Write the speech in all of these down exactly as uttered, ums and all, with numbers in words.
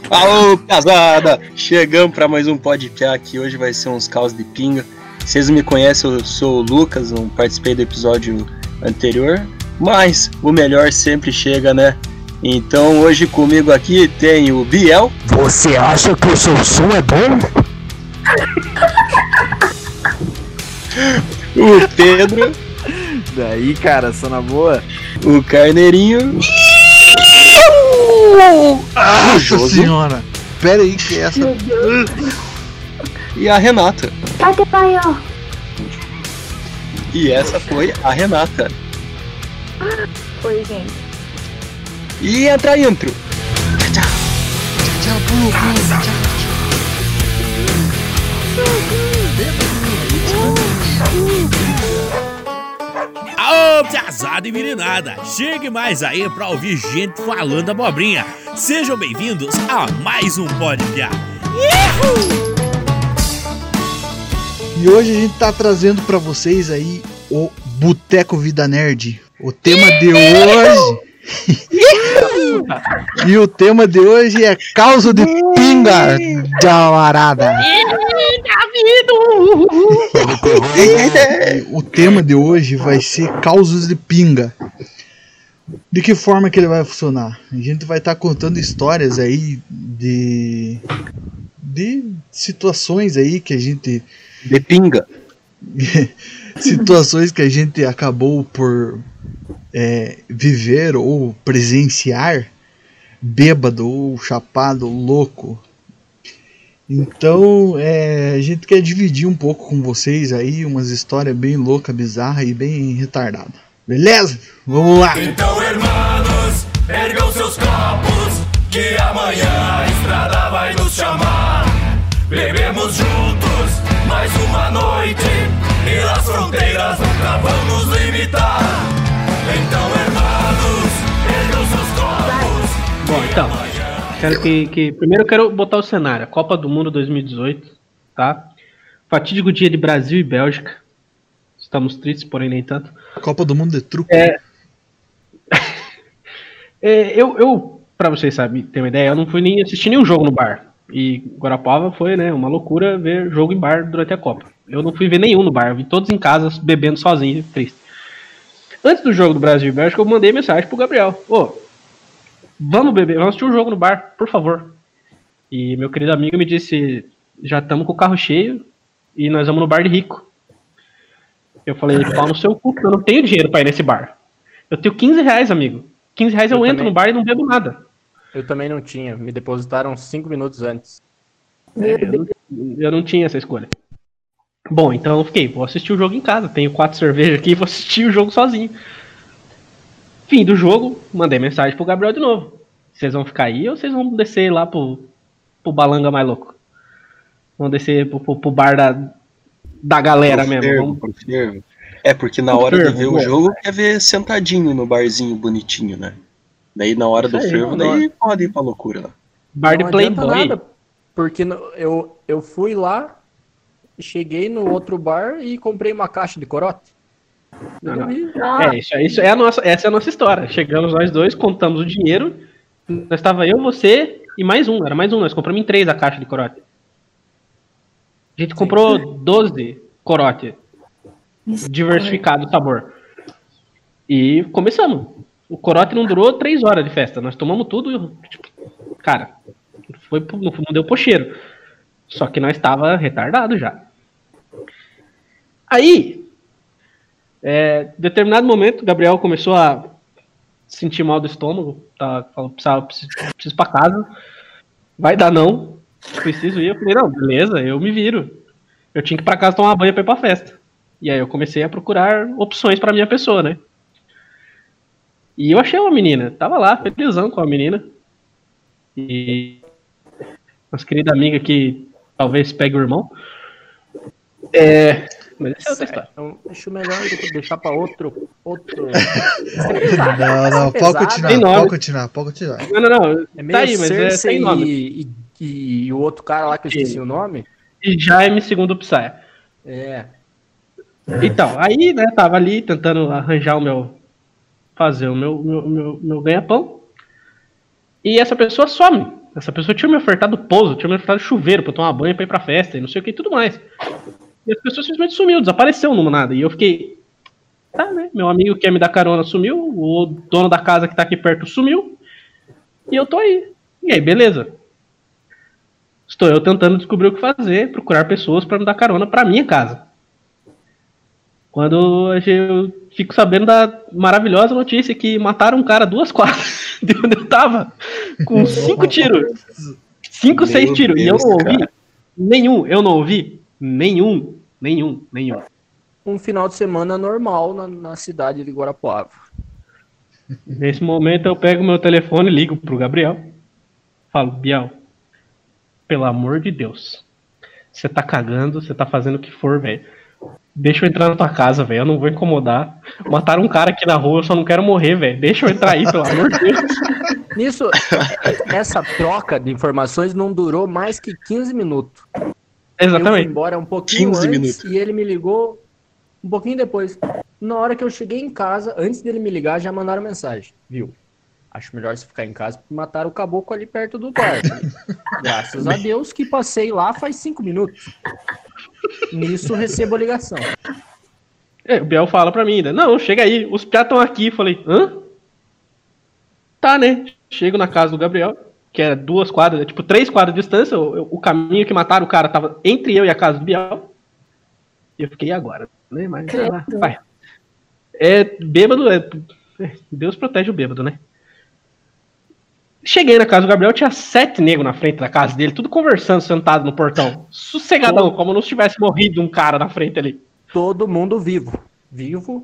Alô, casada! Chegamos para mais um podcast aqui. Hoje vai ser uns caos de pinga. Vocês me conhecem, eu sou o Lucas, não participei do episódio anterior, mas o melhor sempre chega, né? Então hoje comigo aqui tem o Biel. Você acha que o seu som é bom? O Pedro. Daí, cara, só na boa. O Carneirinho. Nossa senhora! Pera aí que é essa. E a Renata. Cadê Paió? E essa foi a Renata. Oi, gente. E entra a intro. Tchau, tchau, pulo, pulo, tchau. Aô, piazada e meninada, chegue mais aí pra ouvir gente falando abobrinha. Sejam bem-vindos a mais um podcast. E hoje a gente tá trazendo pra vocês aí o Boteco Vida Nerd. O tema de hoje... E o tema de hoje é causa de pinga, camarada. O tema de hoje vai ser causas de pinga. De que forma que ele vai funcionar? A gente vai estar contando histórias aí de de situações aí que a gente de pinga. Situações que a gente acabou por é, viver ou presenciar, bêbado ou chapado, louco. Então é, a gente quer dividir um pouco com vocês aí umas histórias bem louca, bizarra e bem retardada. Beleza? Vamos lá! Então, hermanos, ergam seus copos, que amanhã a estrada vai nos chamar. Bebemos juntos mais uma noite, e as fronteiras nunca vão nos limitar. Então, hermanos, ergam seus copos. Bom, então, quero que, que primeiro eu quero botar o cenário. Copa do Mundo dois mil e dezoito, tá? Fatídico dia de Brasil e Bélgica. Estamos tristes, porém nem tanto. Copa do Mundo de truco. É, é, eu, eu, pra vocês saberem, ter uma ideia, eu não fui nem assistir nenhum jogo no bar. E Guarapava foi, né, uma loucura ver jogo em bar durante a Copa. Eu não fui ver nenhum no bar, eu vi todos em casa bebendo sozinho, triste. Antes do jogo do Brasil e Bélgica, eu mandei mensagem pro Gabriel. Ô, vamos beber, vamos assistir um jogo no bar, por favor. E meu querido amigo me disse, já estamos com o carro cheio e nós vamos no bar de rico. Eu falei, pau no seu cu, eu não tenho dinheiro pra ir nesse bar. Eu tenho quinze reais, amigo. quinze reais eu, eu entro também no bar e não bebo nada. Eu também não tinha, me depositaram cinco minutos antes. É, eu, não, eu não tinha essa escolha. Bom, então eu fiquei, vou assistir o jogo em casa. Tenho quatro cervejas aqui e vou assistir o jogo sozinho. Fim do jogo, mandei mensagem pro Gabriel de novo. Vocês vão ficar aí ou vocês vão descer lá pro, pro Balanga mais louco? Vão descer pro, pro, pro bar da, da galera pro mesmo. Fervo, Vamos... pro fervo. É, porque na pro hora fervo, de ver bom. o jogo, quer ver sentadinho no barzinho bonitinho, né? Daí na hora do Isso aí, fervo, não, daí pode ir pra loucura lá. Bar de Não adianta Playboy. nada, porque no- eu, eu fui lá, cheguei no outro bar e comprei uma caixa de corote. Não, não. E- É, isso, isso é a nossa, essa é a nossa história. Chegamos nós dois, contamos o dinheiro. Nós estava eu, você e mais um. Era mais um. Nós compramos em três a caixa de corote. A gente comprou doze corote. Diversificado o sabor. E começamos. O corote não durou três horas de festa. Nós tomamos tudo e, tipo, cara, foi, pro- não deu pro cheiro. Só que nós estava retardado já. Aí, é, em determinado momento, o Gabriel começou a sentir mal do estômago. Tá, falou, precisava, preciso, preciso ir pra casa. Vai dar não. Preciso ir. Eu falei, não, beleza, eu me viro. Eu tinha que ir pra casa tomar banho pra ir pra festa. E aí eu comecei a procurar opções pra minha pessoa, né? E eu achei uma menina. Tava lá, felizão com a menina. E nossa querida amiga que talvez pegue o irmão. É... Mas essa é outra história. Então, acho melhor eu deixar pra outro. outro... Não, não, pode pesado. continuar, Tem nome. pode continuar, pode continuar. Não, não, não. É meio Tá aí, mas é Cersei sem nome. e, e, e o outro cara lá que eu esqueci o nome. E Jaime segundo o Psy. É. Então, aí, né, tava ali tentando arranjar o meu... Fazer o meu, meu, meu, meu ganha-pão. E essa pessoa some. Essa pessoa tinha me ofertado pouso, tinha me ofertado chuveiro pra eu tomar banho, pra ir pra festa e não sei o que e tudo mais. E as pessoas simplesmente sumiu, desapareceu no nada. E eu fiquei, tá, né? Meu amigo que quer me dar carona sumiu, o dono da casa que tá aqui perto sumiu, e eu tô aí. E aí, beleza. Estou eu tentando descobrir o que fazer, procurar pessoas pra me dar carona pra minha casa. Quando eu fico sabendo da maravilhosa notícia que mataram um cara duas quadras de onde eu tava, com cinco tiros. Cinco, Meu seis tiros. Deus, e eu não ouvi cara. nenhum, eu não ouvi nenhum, nenhum, nenhum. Um final de semana normal na, na cidade de Guarapuava. Nesse momento eu pego meu telefone e ligo pro Gabriel. Falo, Biel, pelo amor de Deus, você tá cagando, você tá fazendo o que for, velho. Deixa eu entrar na tua casa, velho. Eu não vou incomodar. Mataram um cara aqui na rua, eu só não quero morrer, velho. Deixa eu entrar aí, pelo amor de Deus. Nisso, essa troca de informações não durou mais que quinze minutos. Eu fui Exatamente. embora um pouquinho quinze antes minutos. e ele me ligou um pouquinho depois. Na hora que eu cheguei em casa, antes dele me ligar, já mandaram mensagem. Viu? Acho melhor você ficar em casa porque mataram o caboclo ali perto do bar. Graças a Deus que passei lá faz cinco minutos. Nisso recebo a ligação. É, o Biel fala pra mim ainda, não, chega aí, os piá estão aqui. Eu falei, hã? Tá, né? Chego na casa do Gabriel, que era duas quadras, tipo três quadras de distância, o, o caminho que mataram o cara tava entre eu e a casa do Biel. E eu fiquei, e agora? Né? Mas, ah, vai. É, bêbado, é, é, Deus protege o bêbado, né? Cheguei na casa do Gabriel, tinha sete negros na frente da casa dele, tudo conversando, sentado no portão. Sossegadão, como não tivesse morrido um cara na frente ali. Todo mundo vivo. Vivo.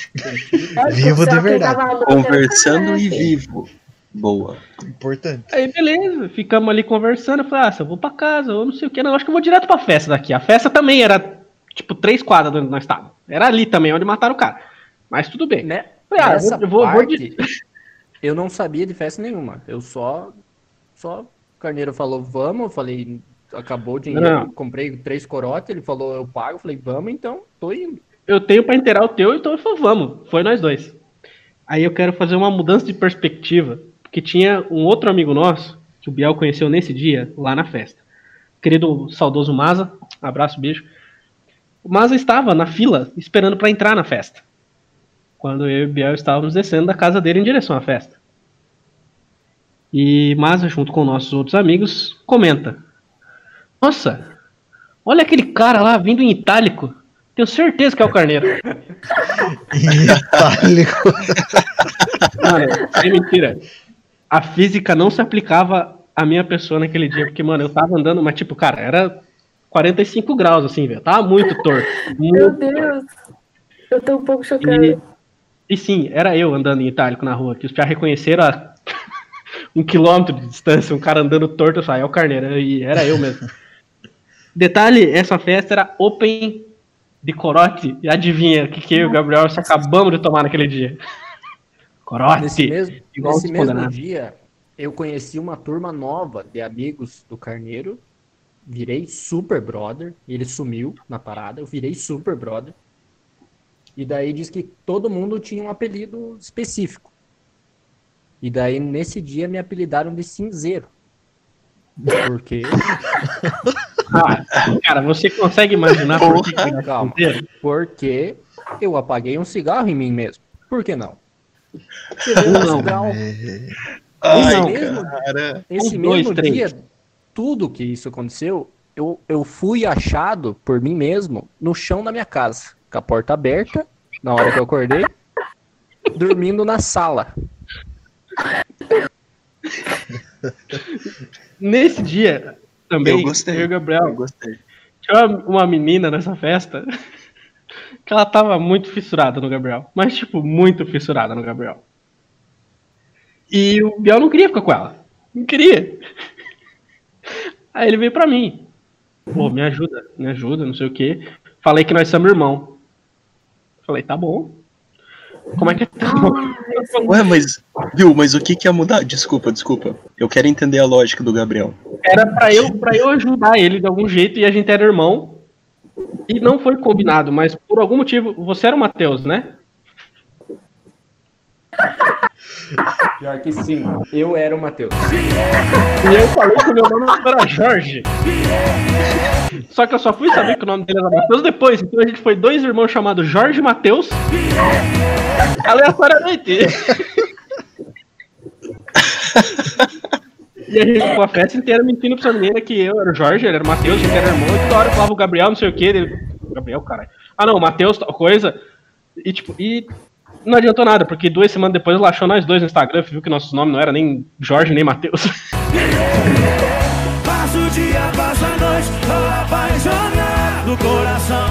Vivo de verdade. Conversando e vivo. Boa. Importante. Aí, beleza, ficamos ali conversando. Eu falei, ah, se eu vou pra casa, eu não sei o que, não. Acho que eu vou direto pra festa daqui. A festa também era, tipo, três quadras onde nós estávamos. Era ali também, onde mataram o cara. Mas tudo bem. Né? Falei, ah, Nessa eu vou, vou, vou parte, eu não sabia de festa nenhuma. Eu só... Só o Carneiro falou, vamos. Eu falei, acabou o dinheiro. Não. Comprei três corotas. Ele falou, eu pago. Eu falei, vamos então. Tô indo. Eu tenho pra inteirar o teu, então eu falei, vamos. Foi nós dois. Aí eu quero fazer uma mudança de perspectiva. Porque tinha um outro amigo nosso, que o Biel conheceu nesse dia, lá na festa. Querido saudoso Maza, abraço, beijo. O Maza estava na fila, esperando pra entrar na festa. Quando eu e o Biel estávamos descendo da casa dele em direção à festa. E Maza, junto com nossos outros amigos, comenta. Nossa, olha aquele cara lá vindo em itálico. Tenho certeza que é o Carneiro. Em itálico. Mano, é mentira. A física não se aplicava à minha pessoa naquele dia, porque, mano, eu tava andando, mas, tipo, cara, era quarenta e cinco graus, assim, velho. Tava muito torto. Muito Meu Deus. Eu tô um pouco chocada. E, e sim, era eu andando em itálico na rua, que os já reconheceram a um quilômetro de distância, um cara andando torto, eu falei, é o Carneiro, e era eu mesmo. Detalhe, essa festa era open de corote, e adivinha o que, que eu e o Gabriel só acabamos de tomar naquele dia. Corote. Nesse mesmo, igual nesse os mesmo condenados. dia, eu conheci uma turma nova de amigos do Carneiro. Virei super brother. Ele sumiu na parada. Eu virei super brother. E daí diz que todo mundo tinha um apelido específico. E daí, nesse dia, me apelidaram de cinzeiro. Por quê? Ah, cara, você consegue imaginar por que que ele é Calma. cinzeiro? Porque eu apaguei um cigarro em mim mesmo. Por que não? Tirei um Não. cigarro. Ai, Não. cara. Esse Um, dois, mesmo três. dia, tudo que isso aconteceu, eu, eu fui achado por mim mesmo no chão da minha casa, com a porta aberta, na hora que eu acordei, dormindo na sala. Nesse dia, também, Eu gostei. eu e o Gabriel, Eu gostei. tinha uma, uma menina nessa festa que ela tava muito fissurada no Gabriel. Mas, tipo, muito fissurada no Gabriel. E o Biel não queria ficar com ela. Não queria. Aí ele veio pra mim. Pô, me ajuda, me ajuda, não sei o quê. Falei que nós somos irmão. Falei, tá bom. Como é que tá bom? Ué, mas, viu, mas o que que ia mudar? Desculpa, desculpa. Eu quero entender a lógica do Gabriel. Era pra eu, pra eu ajudar ele de algum jeito e a gente era irmão. E não foi combinado, mas por algum motivo. Você era o Matheus, né? Pior que sim, eu era o Matheus. E eu falei que o meu nome era Jorge. Só que eu só fui saber que o nome dele era Matheus depois. Então a gente foi dois irmãos chamados Jorge e Matheus. Aleatoriamente. E a gente ficou a festa inteira mentindo pra essa menina que eu era o Jorge, ele era o Matheus, a gente era irmão. E toda hora eu falava o Gabriel, não sei o que. Ele... Gabriel, caralho. Ah não, Matheus, tal coisa. E tipo, e não adiantou nada, porque duas semanas depois ela achou nós dois no Instagram, viu que nossos nomes não eram nem Jorge nem Matheus. Passa o dia, passa a noite, apaixonado do coração.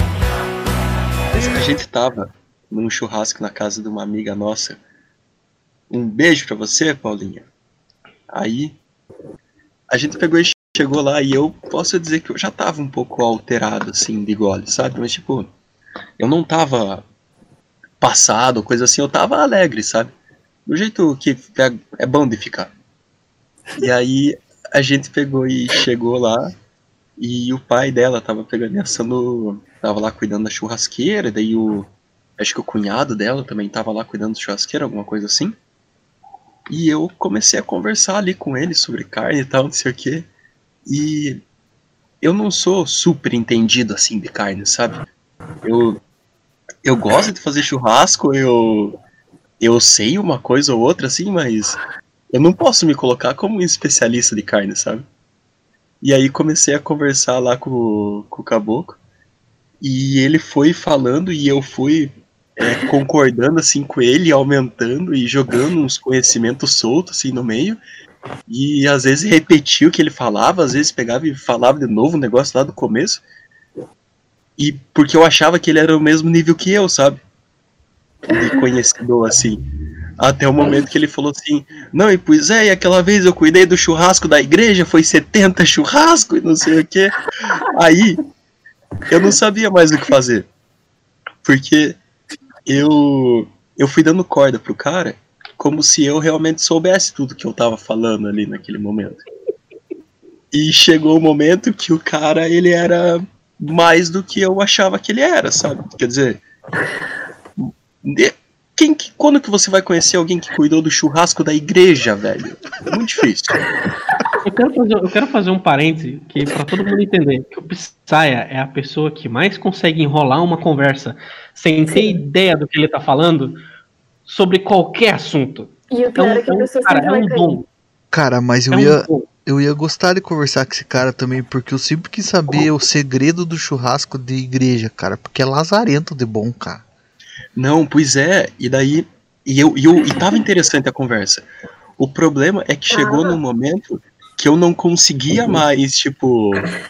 A gente tava num churrasco na casa de uma amiga nossa. Um beijo pra você, Paulinha. Aí, a gente pegou e chegou lá e eu posso dizer que eu já tava um pouco alterado, assim, de gole, sabe? Mas, tipo, eu não tava passado, coisa assim, eu tava alegre, sabe? Do jeito que é, é bom de ficar. E aí, a gente pegou e chegou lá e o pai dela tava pegando essa no... Tava lá cuidando da churrasqueira, daí o... Acho que o cunhado dela também tava lá cuidando da churrasqueira, alguma coisa assim. E eu comecei a conversar ali com ele sobre carne e tal, não sei o que. E eu não sou super entendido assim de carne, sabe? Eu, eu gosto de fazer churrasco, eu, eu sei uma coisa ou outra assim, mas eu não posso me colocar como um especialista de carne, sabe? E aí comecei a conversar lá com, com o caboclo. E ele foi falando e eu fui... É, concordando assim com ele, aumentando e jogando uns conhecimentos soltos assim no meio, e às vezes repetia o que ele falava, às vezes pegava e falava de novo o negócio lá do começo, e porque eu achava que ele era o mesmo nível que eu, sabe, de conhecedor assim, até o momento que ele falou assim, não, e pois é, e aquela vez eu cuidei do churrasco da igreja, foi setenta churrasco e não sei o que. Aí eu não sabia mais o que fazer, porque Eu, eu fui dando corda pro cara como se eu realmente soubesse tudo que eu tava falando ali naquele momento. E chegou o momento que o cara, ele era mais do que eu achava que ele era, sabe? Quer dizer, quem, quando que você vai conhecer alguém que cuidou do churrasco da igreja, velho? É muito difícil. Eu quero fazer, eu quero fazer um parêntese que pra todo mundo entender que o Psaia é a pessoa que mais consegue enrolar uma conversa sem ter ideia do que ele tá falando sobre qualquer assunto. E o pior é, um, é que a pessoa cara, sempre é um vai dom. Cara, mas eu é um ia dom. eu ia gostar de conversar com esse cara também, porque eu sempre quis saber o segredo do churrasco de igreja, cara, porque é lazarento de bom, cara. Não, pois é, e daí e eu, e eu e tava interessante a conversa. O problema é que chegou ah. num momento que eu não conseguia mais, tipo,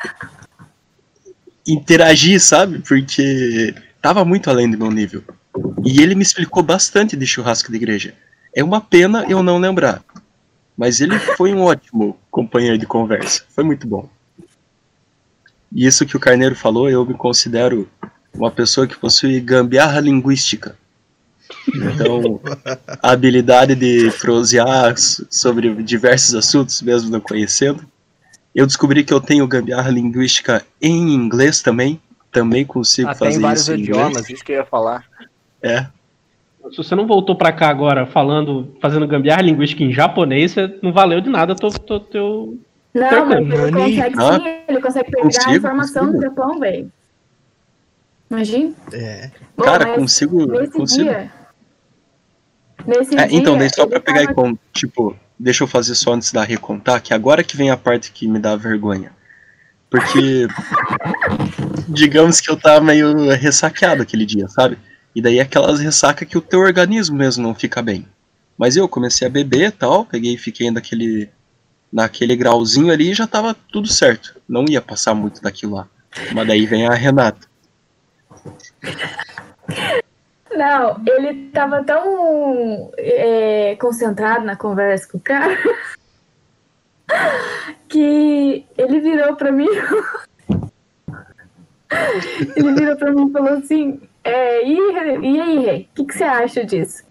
interagir, sabe? Porque tava muito além do meu nível. E ele me explicou bastante de churrasco de igreja. É uma pena eu não lembrar. Mas ele foi um ótimo companheiro de conversa. Foi muito bom. E isso que o Carneiro falou, eu me considero uma pessoa que possui gambiarra linguística. Então, a habilidade de prosear sobre diversos assuntos, mesmo não conhecendo. Eu descobri que eu tenho gambiarra linguística em inglês também. Também consigo ah, fazer tem vários isso em idiomas, inglês. isso que eu ia falar. É. Se você não voltou pra cá agora falando, fazendo gambiarra linguística em japonês, você não valeu de nada tô, tô, teu... Não, mas ele consegue ah, sim, ele consegue pegar consigo, a informação consigo. do Japão, velho. Imagina. É. Bom, Cara, mas consigo... Nesse consigo. dia... Nesse É, dia, então, daí só pra ele pegar tava... e com, tipo, deixa eu fazer só antes da recontar, que agora que vem a parte que me dá vergonha. Porque, digamos que eu tava meio ressaqueado aquele dia, sabe? E daí aquelas ressacas que o teu organismo mesmo não fica bem. Mas eu comecei a beber e tal, peguei e fiquei naquele, naquele grauzinho ali e já tava tudo certo. Não ia passar muito daquilo lá. Mas daí vem a Renata. Não, ele tava tão é, concentrado na conversa com o cara que ele virou pra mim ele virou pra mim e falou assim, é, e, e aí, Rei, o que, que você acha disso?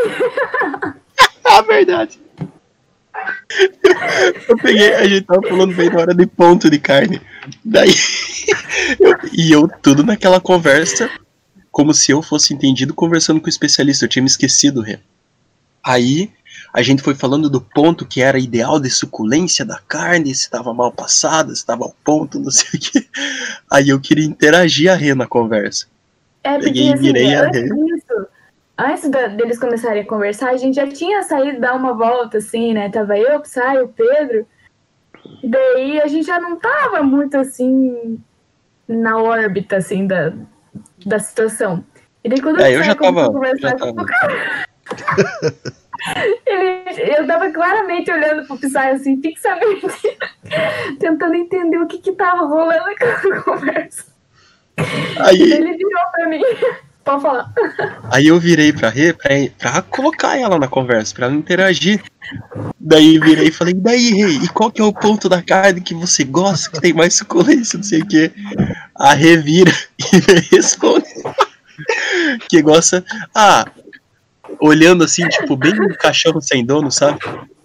Ah, verdade. Eu, eu peguei, a gente tava falando bem na hora de ponto de carne. Daí eu, e eu tudo naquela conversa como se eu fosse entendido conversando com o especialista. Eu tinha me esquecido, Rê. Aí a gente foi falando do ponto que era ideal de suculência da carne, se estava mal passada, se estava ao ponto, não sei o que. Aí eu queria interagir a Rê na conversa. É, porque Peguei e assim, virei a antes Rê. disso, antes da- deles começarem a conversar, a gente já tinha saído dar uma volta, assim, né? Tava eu, o Psy, o Pedro. Daí a gente já não tava muito, assim, na órbita, assim, da, da situação. E daí quando É, o eu Psy já começou a tava. conversar Já com tava. o cara, ele, eu tava claramente olhando pro Psy, assim, fixamente, tentando entender o que que tava rolando naquela conversa. E daí Aí, ele virou pra mim. Pode falar. aí eu virei pra Rê pra, pra colocar ela na conversa, pra ela interagir. Daí virei e falei, e daí, Rê, e qual que é o ponto da carne que você gosta, que tem mais suculência, não sei o que. A Rê vira e me responde que gosta, ah, olhando assim, tipo, bem um cachorro sem dono, sabe?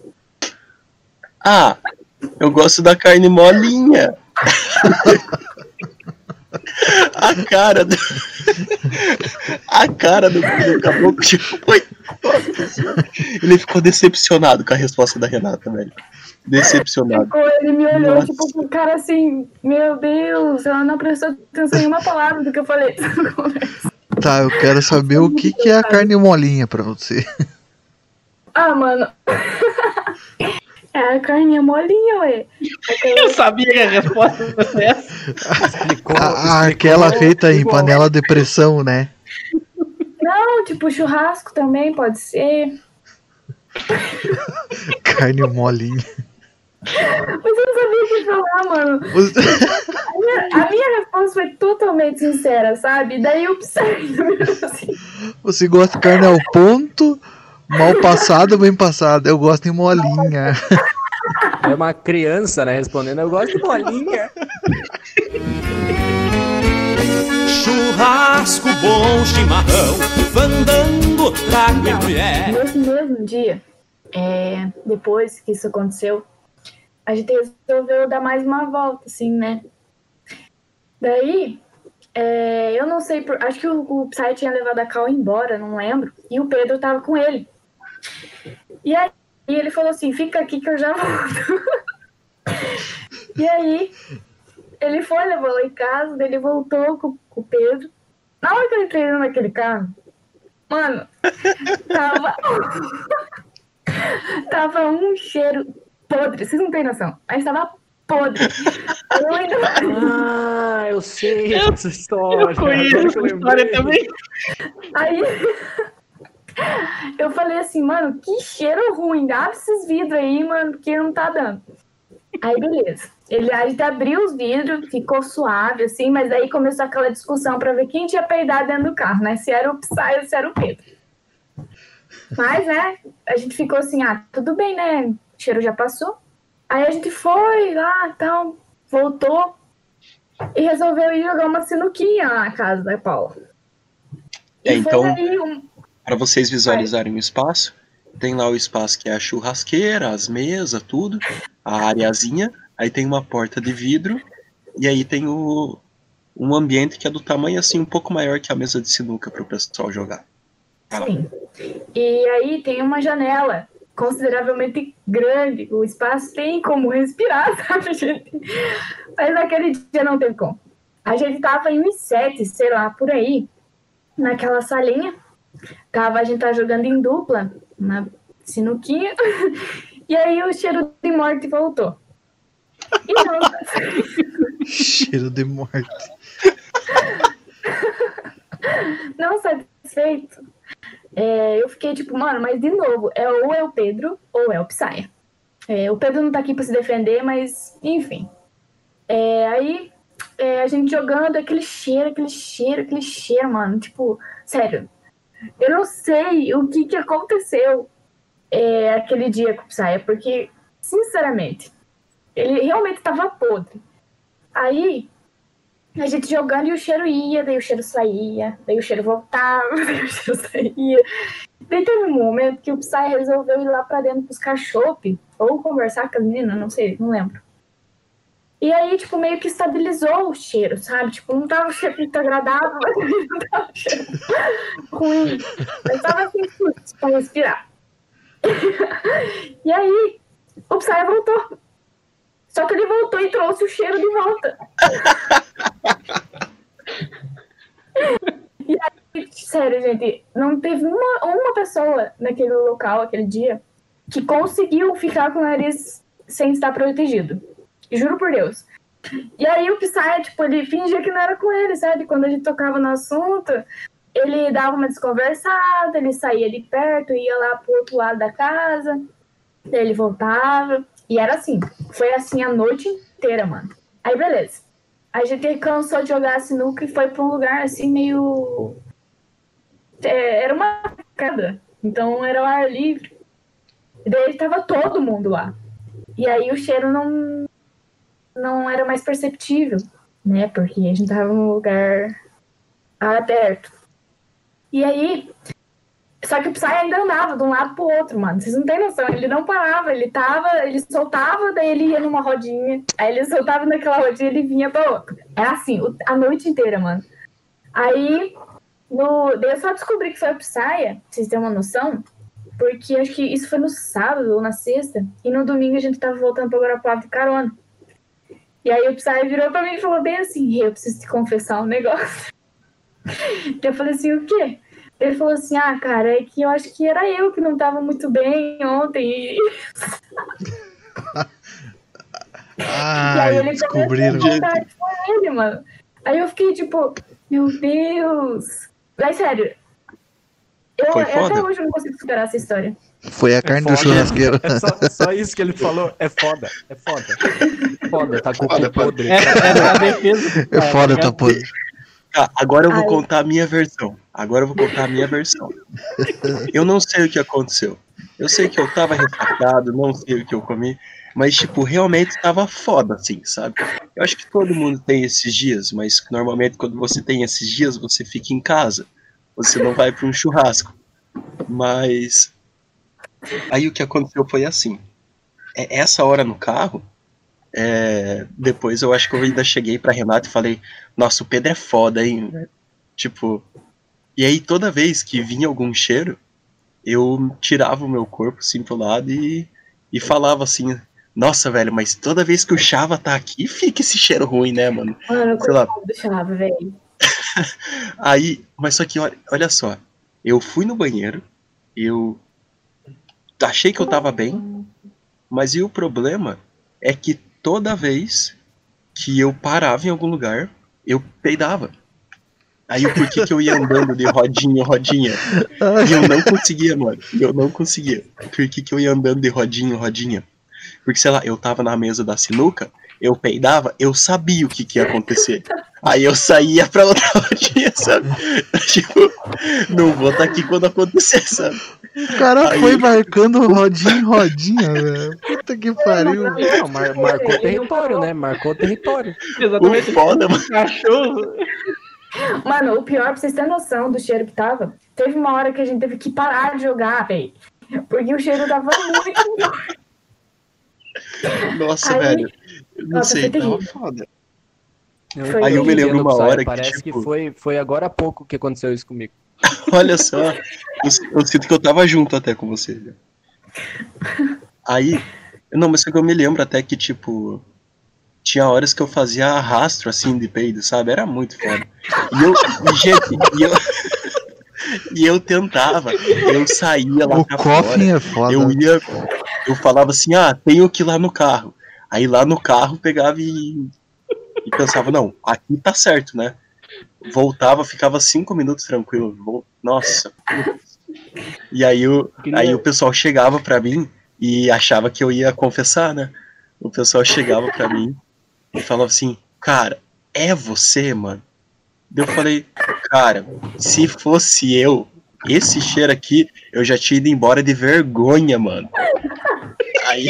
Ah, eu gosto da carne molinha. A cara do. A cara do, do caboclo, tipo, foi. Ele ficou decepcionado com a resposta da Renata, velho. Decepcionado. Ficou, ele me olhou, Nossa. tipo, com o cara assim, meu Deus, ela não prestou atenção em uma palavra do que eu falei. Tá, eu quero saber o que, que é a carne molinha pra você. Ah, mano. É a carninha molinha, ué. Eu sabia que a resposta fosse essa. Explicou, A, a- explicou, aquela feita em igual. panela de pressão, né? Não, tipo, churrasco também pode ser. Carne molinha. Mas eu não sabia o que falar, mano. Você- A minha, a minha resposta foi totalmente sincera, sabe? Daí o Psy assim. Você gosta de carne ao ponto, mal passada ou bem passada? Eu gosto em molinha. É uma criança, né, respondendo, eu gosto de bolinha. Churrasco bom, chimarrão, fandango, trago e mulher. Nesse mesmo dia, é, depois que isso aconteceu, a gente resolveu dar mais uma volta, assim, né? Daí, é, eu não sei, por, acho que o, o Psy tinha levado a Cal embora, não lembro, e o Pedro tava com ele. E aí ele falou assim, fica aqui que eu já volto. E aí, ele foi, levou lá em casa, daí ele voltou com, com o Pedro. Na hora que eu entrei naquele carro, mano, tava... tava um cheiro podre, vocês não têm noção, mas tava podre. Eu ainda... Ah, eu sei essa história. Eu conheço agora que essa eu história lembrei. também. Aí eu falei assim, mano, que cheiro ruim, abre esses vidros aí, mano, porque não tá dando. Aí beleza, ele, a gente abriu os vidros, ficou suave, assim, mas aí começou aquela discussão pra ver quem tinha peidado dentro do carro, né, se era o Psy ou se era o Pedro. Mas, né, a gente ficou assim, ah, tudo bem, né, o cheiro já passou. Aí a gente foi lá, então, voltou e resolveu ir jogar uma sinuquinha lá na casa da Paula. É, E foi então, aí um... para vocês visualizarem o espaço, tem lá o espaço que é a churrasqueira, as mesas, tudo, a areazinha, aí tem uma porta de vidro, e aí tem o, um ambiente que é do tamanho assim, um pouco maior que a mesa de sinuca para o pessoal jogar. Vai lá. Sim. E aí tem uma janela consideravelmente grande, o espaço tem como respirar, sabe, gente? Mas naquele dia não teve como. A gente tava em uns sete, sei lá, por aí, naquela salinha. Tava, a gente tava jogando em dupla, na sinuquinha, e aí o cheiro de morte voltou. E não, Cheiro de morte. não satisfeito, é, eu fiquei tipo, mano, mas de novo, é ou é o Pedro ou é o Psy. É, o Pedro não tá aqui pra se defender, mas enfim. É, aí é, a gente jogando, aquele cheiro, aquele cheiro, aquele cheiro, mano, tipo, sério. Eu não sei o que, que aconteceu é, aquele dia com o Psy, porque, sinceramente, ele realmente tava podre. Aí, a gente jogando e o cheiro ia, daí o cheiro saía, daí o cheiro voltava, daí o cheiro saía. Daí teve um momento que o Psy resolveu ir lá pra dentro buscar chopp, ou conversar com as meninas, não sei, não lembro. E aí, tipo, meio que estabilizou o cheiro, sabe? Tipo, não tava um cheiro muito agradável, mas também não tava um cheiro ruim. Mas tava assim, putz, pra respirar. E aí, o Psy voltou. Só que ele voltou e trouxe o cheiro de volta. E aí, sério, gente, não teve uma, uma pessoa naquele local, aquele dia, que conseguiu ficar com o nariz sem estar protegido. Juro por Deus. E aí o Psy, tipo, ele fingia que não era com ele, sabe? Quando a gente tocava no assunto, ele dava uma desconversada, ele saía de perto, ia lá pro outro lado da casa, daí ele voltava. E era assim, foi assim a noite inteira, mano. Aí beleza. A gente cansou de jogar sinuca e foi pra um lugar assim meio... É, era uma casa, então era o ar livre. E daí tava todo mundo lá. E aí o cheiro não, não era mais perceptível, né? Porque a gente tava num lugar aberto. E aí... Só que o Psy ainda andava de um lado pro outro, mano. Vocês não têm noção. Ele não parava. Ele tava... Ele soltava, daí ele ia numa rodinha. Aí ele soltava naquela rodinha e ele vinha pra outra. Era assim, a noite inteira, mano. Aí... No, daí eu só descobri que foi o Psy, pra vocês terem uma noção, porque acho que isso foi no sábado ou na sexta, e no domingo a gente tava voltando pra Guarapuava de carona. E aí o Psy virou pra mim e falou bem assim: eu preciso te confessar um negócio. Eu falei assim: o quê? Ele falou assim: ah, cara, é que eu acho que era eu que não tava muito bem ontem. E, Ai, e aí ele descobriram. começou a contar com ele, mano. Aí eu fiquei tipo, meu Deus. Mas sério, eu, Foi eu foda? até hoje não consigo superar essa história. Foi a carne do foda. churrasqueiro. É só, é só isso que ele falou. É foda, é foda. Foda, tá com o Foda, cu podre. É, é a defesa. É foda, tá podre. Tá, agora eu vou Ai. contar a minha versão. Agora eu vou contar a minha versão. Eu não sei o que aconteceu. Eu sei que eu tava ressacado, não sei o que eu comi, mas, tipo, realmente tava foda, assim, sabe? Eu acho que todo mundo tem esses dias, mas normalmente quando você tem esses dias, você fica em casa. Você não vai pra um churrasco. Mas... Aí o que aconteceu foi assim. É, essa hora no carro, é, depois eu acho que eu ainda cheguei pra Renata e falei: nossa, o Pedro é foda, hein? Tipo... E aí toda vez que vinha algum cheiro, eu tirava o meu corpo assim pro lado e, e falava assim: nossa, velho, mas toda vez que o Chava tá aqui, fica esse cheiro ruim, né, mano? Mano, Sei lá. coitado do Chava, velho. Aí, mas só que olha, olha só, eu fui no banheiro, eu achei que eu tava bem, mas e o problema é que toda vez que eu parava em algum lugar, eu peidava. Aí por que que eu ia andando de rodinha em rodinha? E eu não conseguia, mano. Eu não conseguia. Por que que eu ia andando de rodinha em rodinha? Porque, sei lá, eu tava na mesa da sinuca, eu peidava, eu sabia o que que ia acontecer. Aí eu saía pra outra rodinha, sabe? Tipo, não vou estar aqui quando acontecer, sabe? O cara Aí- foi marcando rodinha em rodinha, velho. Puta que pariu. Não, mar- marcou território, né? Marcou território. Exatamente. O foda, mano. Cachorro. Mano, o pior, pra vocês terem noção do cheiro que tava, teve uma hora que a gente teve que parar de jogar, velho. Porque o cheiro tava muito... Nossa, Aí- velho. Eu não Nossa, sei, foi tava terrível. foda. Foi Aí eu me lembro uma Psy, hora que, Parece tipo- que foi, foi agora há pouco que aconteceu isso comigo. Olha só, eu, eu sinto que eu tava junto até com você. Né? Aí, não, mas só que eu me lembro até que, tipo, tinha horas que eu fazia arrastro, assim, de peido, sabe? Era muito foda. E eu, e, gente, e eu, e eu tentava, eu saía lá O pra fora, coffin é foda. eu ia, eu falava assim, ah, tenho que ir lá no carro. Aí lá no carro pegava e, e pensava, não, aqui tá certo, né? Voltava, ficava cinco minutos tranquilo. Vol- Nossa. putz. E aí o, Queria- aí o pessoal chegava pra mim e achava que eu ia confessar, né? O pessoal chegava pra mim e falava assim, cara, é você, mano? Daí eu falei, cara, se fosse eu, esse cheiro aqui, eu já tinha ido embora de vergonha, mano. Aí,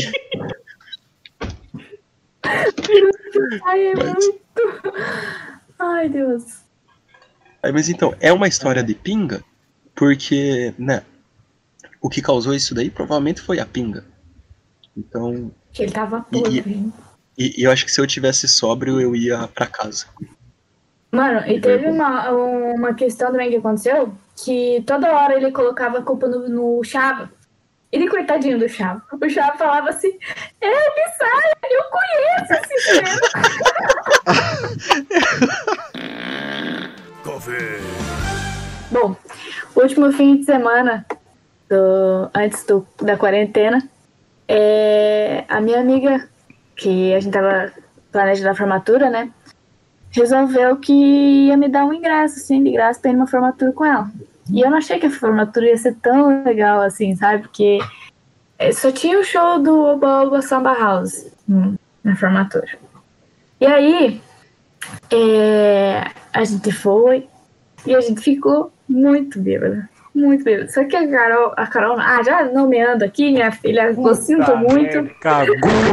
Ai, é muito... Ai, Deus. aí, mas então, é uma história de pinga, porque, né, o que causou isso daí provavelmente foi a pinga. Então, Que ele tava E- podre. e- e, e eu acho que se eu tivesse sóbrio, eu ia pra casa. Mano, e teve uma, uma questão também que aconteceu, que toda hora ele colocava a culpa no, no Chava. Ele, coitadinho do Chavo. O Chavo falava assim, é, Bissaia, eu conheço esse cara. Bom, o último fim de semana, do, antes do, da quarentena, é, a minha amiga, que a gente tava planejando a formatura, né, resolveu que ia me dar um ingresso, assim, de graça pra ir numa formatura com ela. E eu não achei que a formatura ia ser tão legal assim, sabe? Porque só tinha o show do Oba Oba Samba House hum, na formatura. E aí, é, a gente foi e a gente ficou muito bêbada. Muito bêbada. Só que a Carol, a Carol, ah, já nomeando aqui, minha filha, eu sinto muito. Cagou.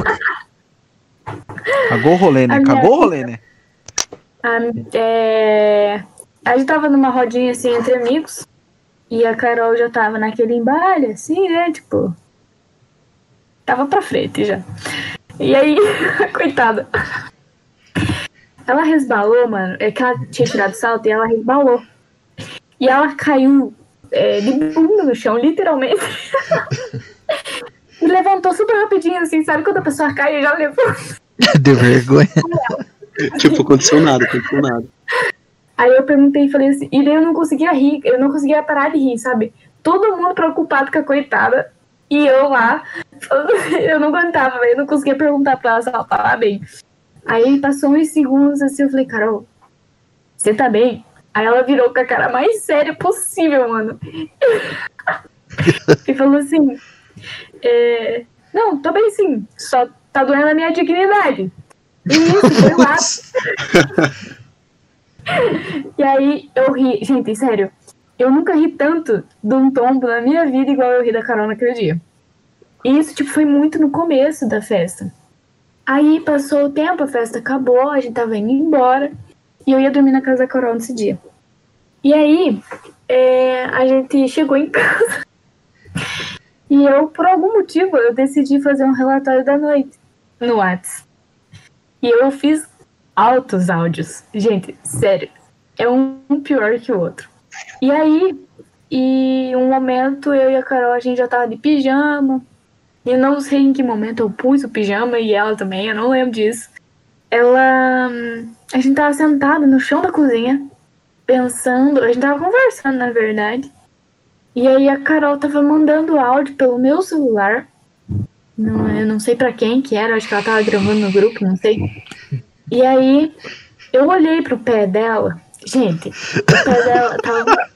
Cagou o rolê, né? Cagou o rolê, né? A, é, a gente tava numa rodinha assim entre amigos e a Carol já tava naquele embale, assim, né? Tipo, tava pra frente já. E aí, coitada, ela resbalou, mano. É que ela tinha tirado o salto e ela resbalou. E ela caiu é, de bunda no chão, literalmente. E levantou super rapidinho, assim, sabe? Quando a pessoa cai e já levanta. Deu vergonha. Tipo, aconteceu nada, aconteceu nada. Aí eu perguntei e falei assim, e daí eu não conseguia rir, eu não conseguia parar de rir, sabe? Todo mundo preocupado com a coitada, e eu lá, eu não aguentava, eu não conseguia perguntar pra ela se ela tava bem. Aí passou uns segundos assim, eu falei, Carol, você tá bem? Aí ela virou com a cara mais séria possível, mano. E falou assim, é, não, tô bem sim, só tá doendo a minha dignidade. E isso, foi lá. E aí eu ri, gente, sério, eu nunca ri tanto de um tombo na minha vida igual eu ri da Carol naquele dia. E isso, tipo, foi muito no começo da festa. Aí passou o tempo, a festa acabou, a gente tava indo embora e eu ia dormir na casa da Carol nesse dia. E aí, é, a gente chegou em casa e eu, por algum motivo, eu decidi fazer um relatório da noite no WhatsApp. E eu fiz altos áudios. Gente, sério, é um pior que o outro. E aí, em um momento, eu e a Carol, a gente já tava de pijama. Eu não sei em que momento eu pus o pijama e ela também, eu não lembro disso. Ela... A gente tava sentada no chão da cozinha, pensando... A gente tava conversando, na verdade. E aí a Carol tava mandando áudio pelo meu celular. Não, eu não sei pra quem que era, acho que ela tava gravando no grupo, não sei. E aí, eu olhei pro pé dela. Gente, o pé dela tava...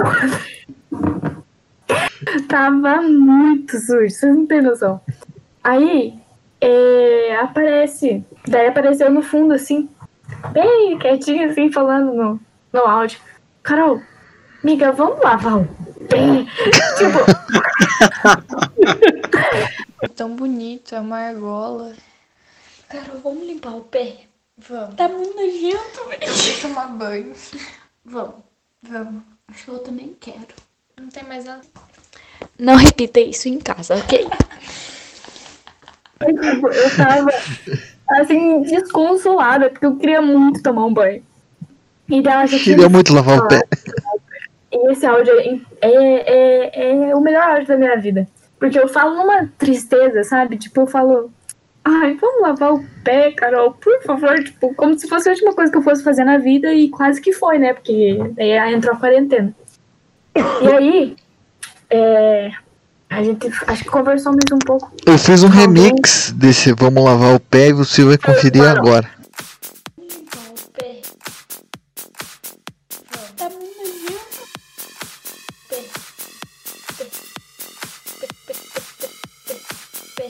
tava muito sujo, vocês não tem noção. Aí, é, aparece... Daí apareceu no fundo, assim, bem quietinho, assim, falando no, no áudio. Carol, amiga, vamos lavar o pé? Tipo... É tão bonito, é uma argola. Carol, vamos limpar o pé? Vamos. Tá muito nojento, velho. Vou tomar banho. Vamos. Vamos. Acho que eu também quero. Não tem mais nada. Não repita isso em casa, ok? Eu tava, assim, desconsolada, porque eu queria muito tomar um banho. E daí já queria muito lavar o pé. E esse áudio é, é, é, é o melhor áudio da minha vida. Porque eu falo numa tristeza, sabe? Tipo, eu falo... Ai, vamos lavar o pé, Carol, por favor. Tipo, como se fosse a última coisa que eu fosse fazer na vida. E quase que foi, né? Porque aí entrou a quarentena. E aí... É... A gente acho que conversou mais um pouco. Eu fiz um remix desse Vamos Lavar o Pé e você vai conferir claro. agora. Limpar o pé. Tá muito nojento. Pé. Pé. Pé, pé, pé, pé,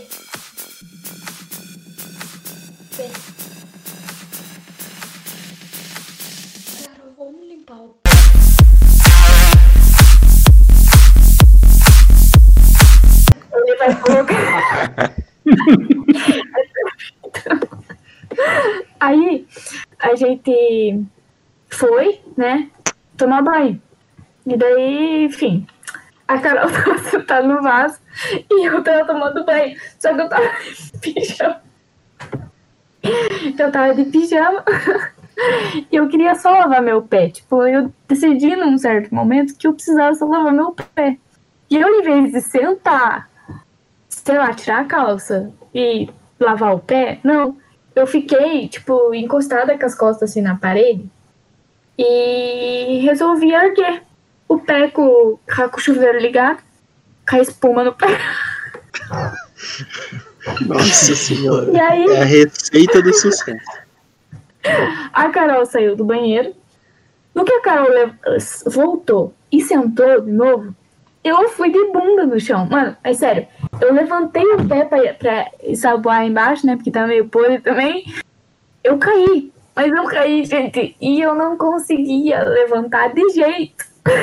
pé. Pé. Carol, vamos limpar o pé. Ele vai colocar. Aí a gente foi, né, tomar banho. E daí, enfim, a Carol tava sentada no vaso e eu tava tomando banho. Só que eu tava de pijama. Eu tava de pijama e eu queria só lavar meu pé. Tipo, eu decidi num certo momento que eu precisava só lavar meu pé. E eu, em vez de sentar sei lá, tirar a calça e lavar o pé. Não. Eu fiquei, tipo, encostada com as costas assim na parede e resolvi erguer o pé com, com o chuveiro ligado, com a espuma no pé. Nossa senhora. E aí, é a receita do sucesso. A Carol saiu do banheiro. No que a Carol voltou e sentou de novo, eu fui de bunda no chão. Mano, é sério. Eu levantei o pé pra, pra ensaboar embaixo, né? Porque tá meio podre também. Eu caí. Mas eu caí, gente. E eu não conseguia levantar de jeito.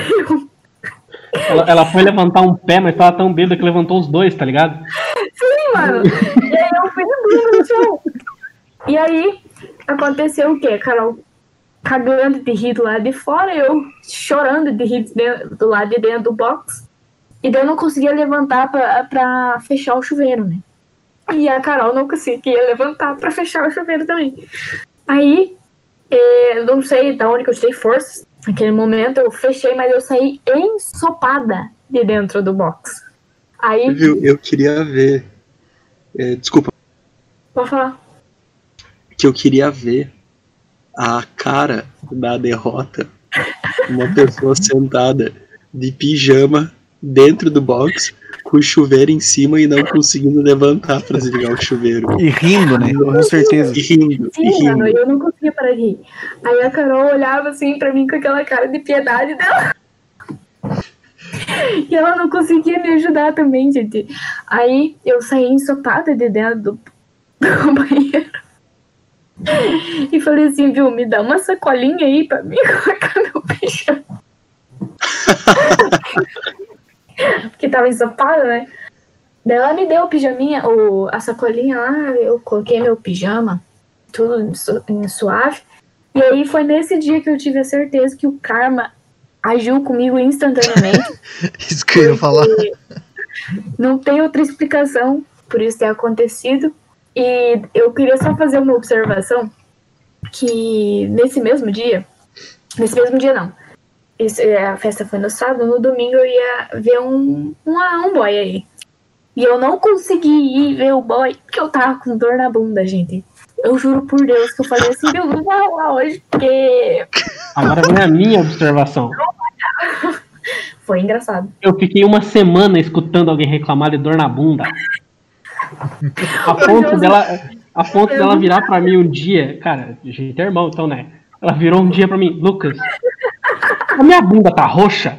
Ela, ela foi levantar um pé, mas tava tão bêbada que levantou os dois, tá ligado? Sim, mano. E aí eu fui de bunda no chão. E aí, aconteceu o quê? Carol cagando de rir do lado de fora, eu chorando de rir dentro, do lado de dentro do box. E daí eu não conseguia levantar pra, pra fechar o chuveiro, né? E a Carol não conseguia levantar pra fechar o chuveiro também. Aí, é, não sei de onde que eu tirei forças. Naquele momento eu fechei, mas eu saí ensopada de dentro do box. Aí... Viu, eu queria ver... É, desculpa. Pode falar. Que eu queria ver a cara da derrota, uma pessoa sentada de pijama dentro do box, com o chuveiro em cima e não conseguindo levantar pra desligar o chuveiro. E rindo, né? Com certeza. E rindo. Sim, e rindo. mano, eu não conseguia parar de rir. Aí a Carol olhava assim pra mim com aquela cara de piedade dela. E ela não conseguia me ajudar também, gente. Aí eu saí ensopada de dentro do, do banheiro. E falei assim, viu, me dá uma sacolinha aí pra mim colocar meu pijama. Porque tava ensopada, né? Daí ela me deu o pijaminha, ou a sacolinha lá, eu coloquei meu pijama, tudo su- em suave. E aí foi nesse dia que eu tive a certeza que o karma agiu comigo instantaneamente. Isso que eu ia falar. Não tem outra explicação por isso ter acontecido. E eu queria só fazer uma observação que nesse mesmo dia, nesse mesmo dia não, isso, a festa foi no sábado, no domingo eu ia ver um, um, um boy aí. E eu não consegui ir ver o boy porque eu tava com dor na bunda, gente. Eu juro por Deus que eu falei assim, eu não vou lá hoje porque... Agora vem a minha observação. Foi engraçado. Eu fiquei uma semana escutando alguém reclamar de dor na bunda. A ponto dela, a ponto dela virar pra mim um dia, cara, a gente é irmão, então, né? Ela virou um dia pra mim, Lucas, a minha bunda tá roxa?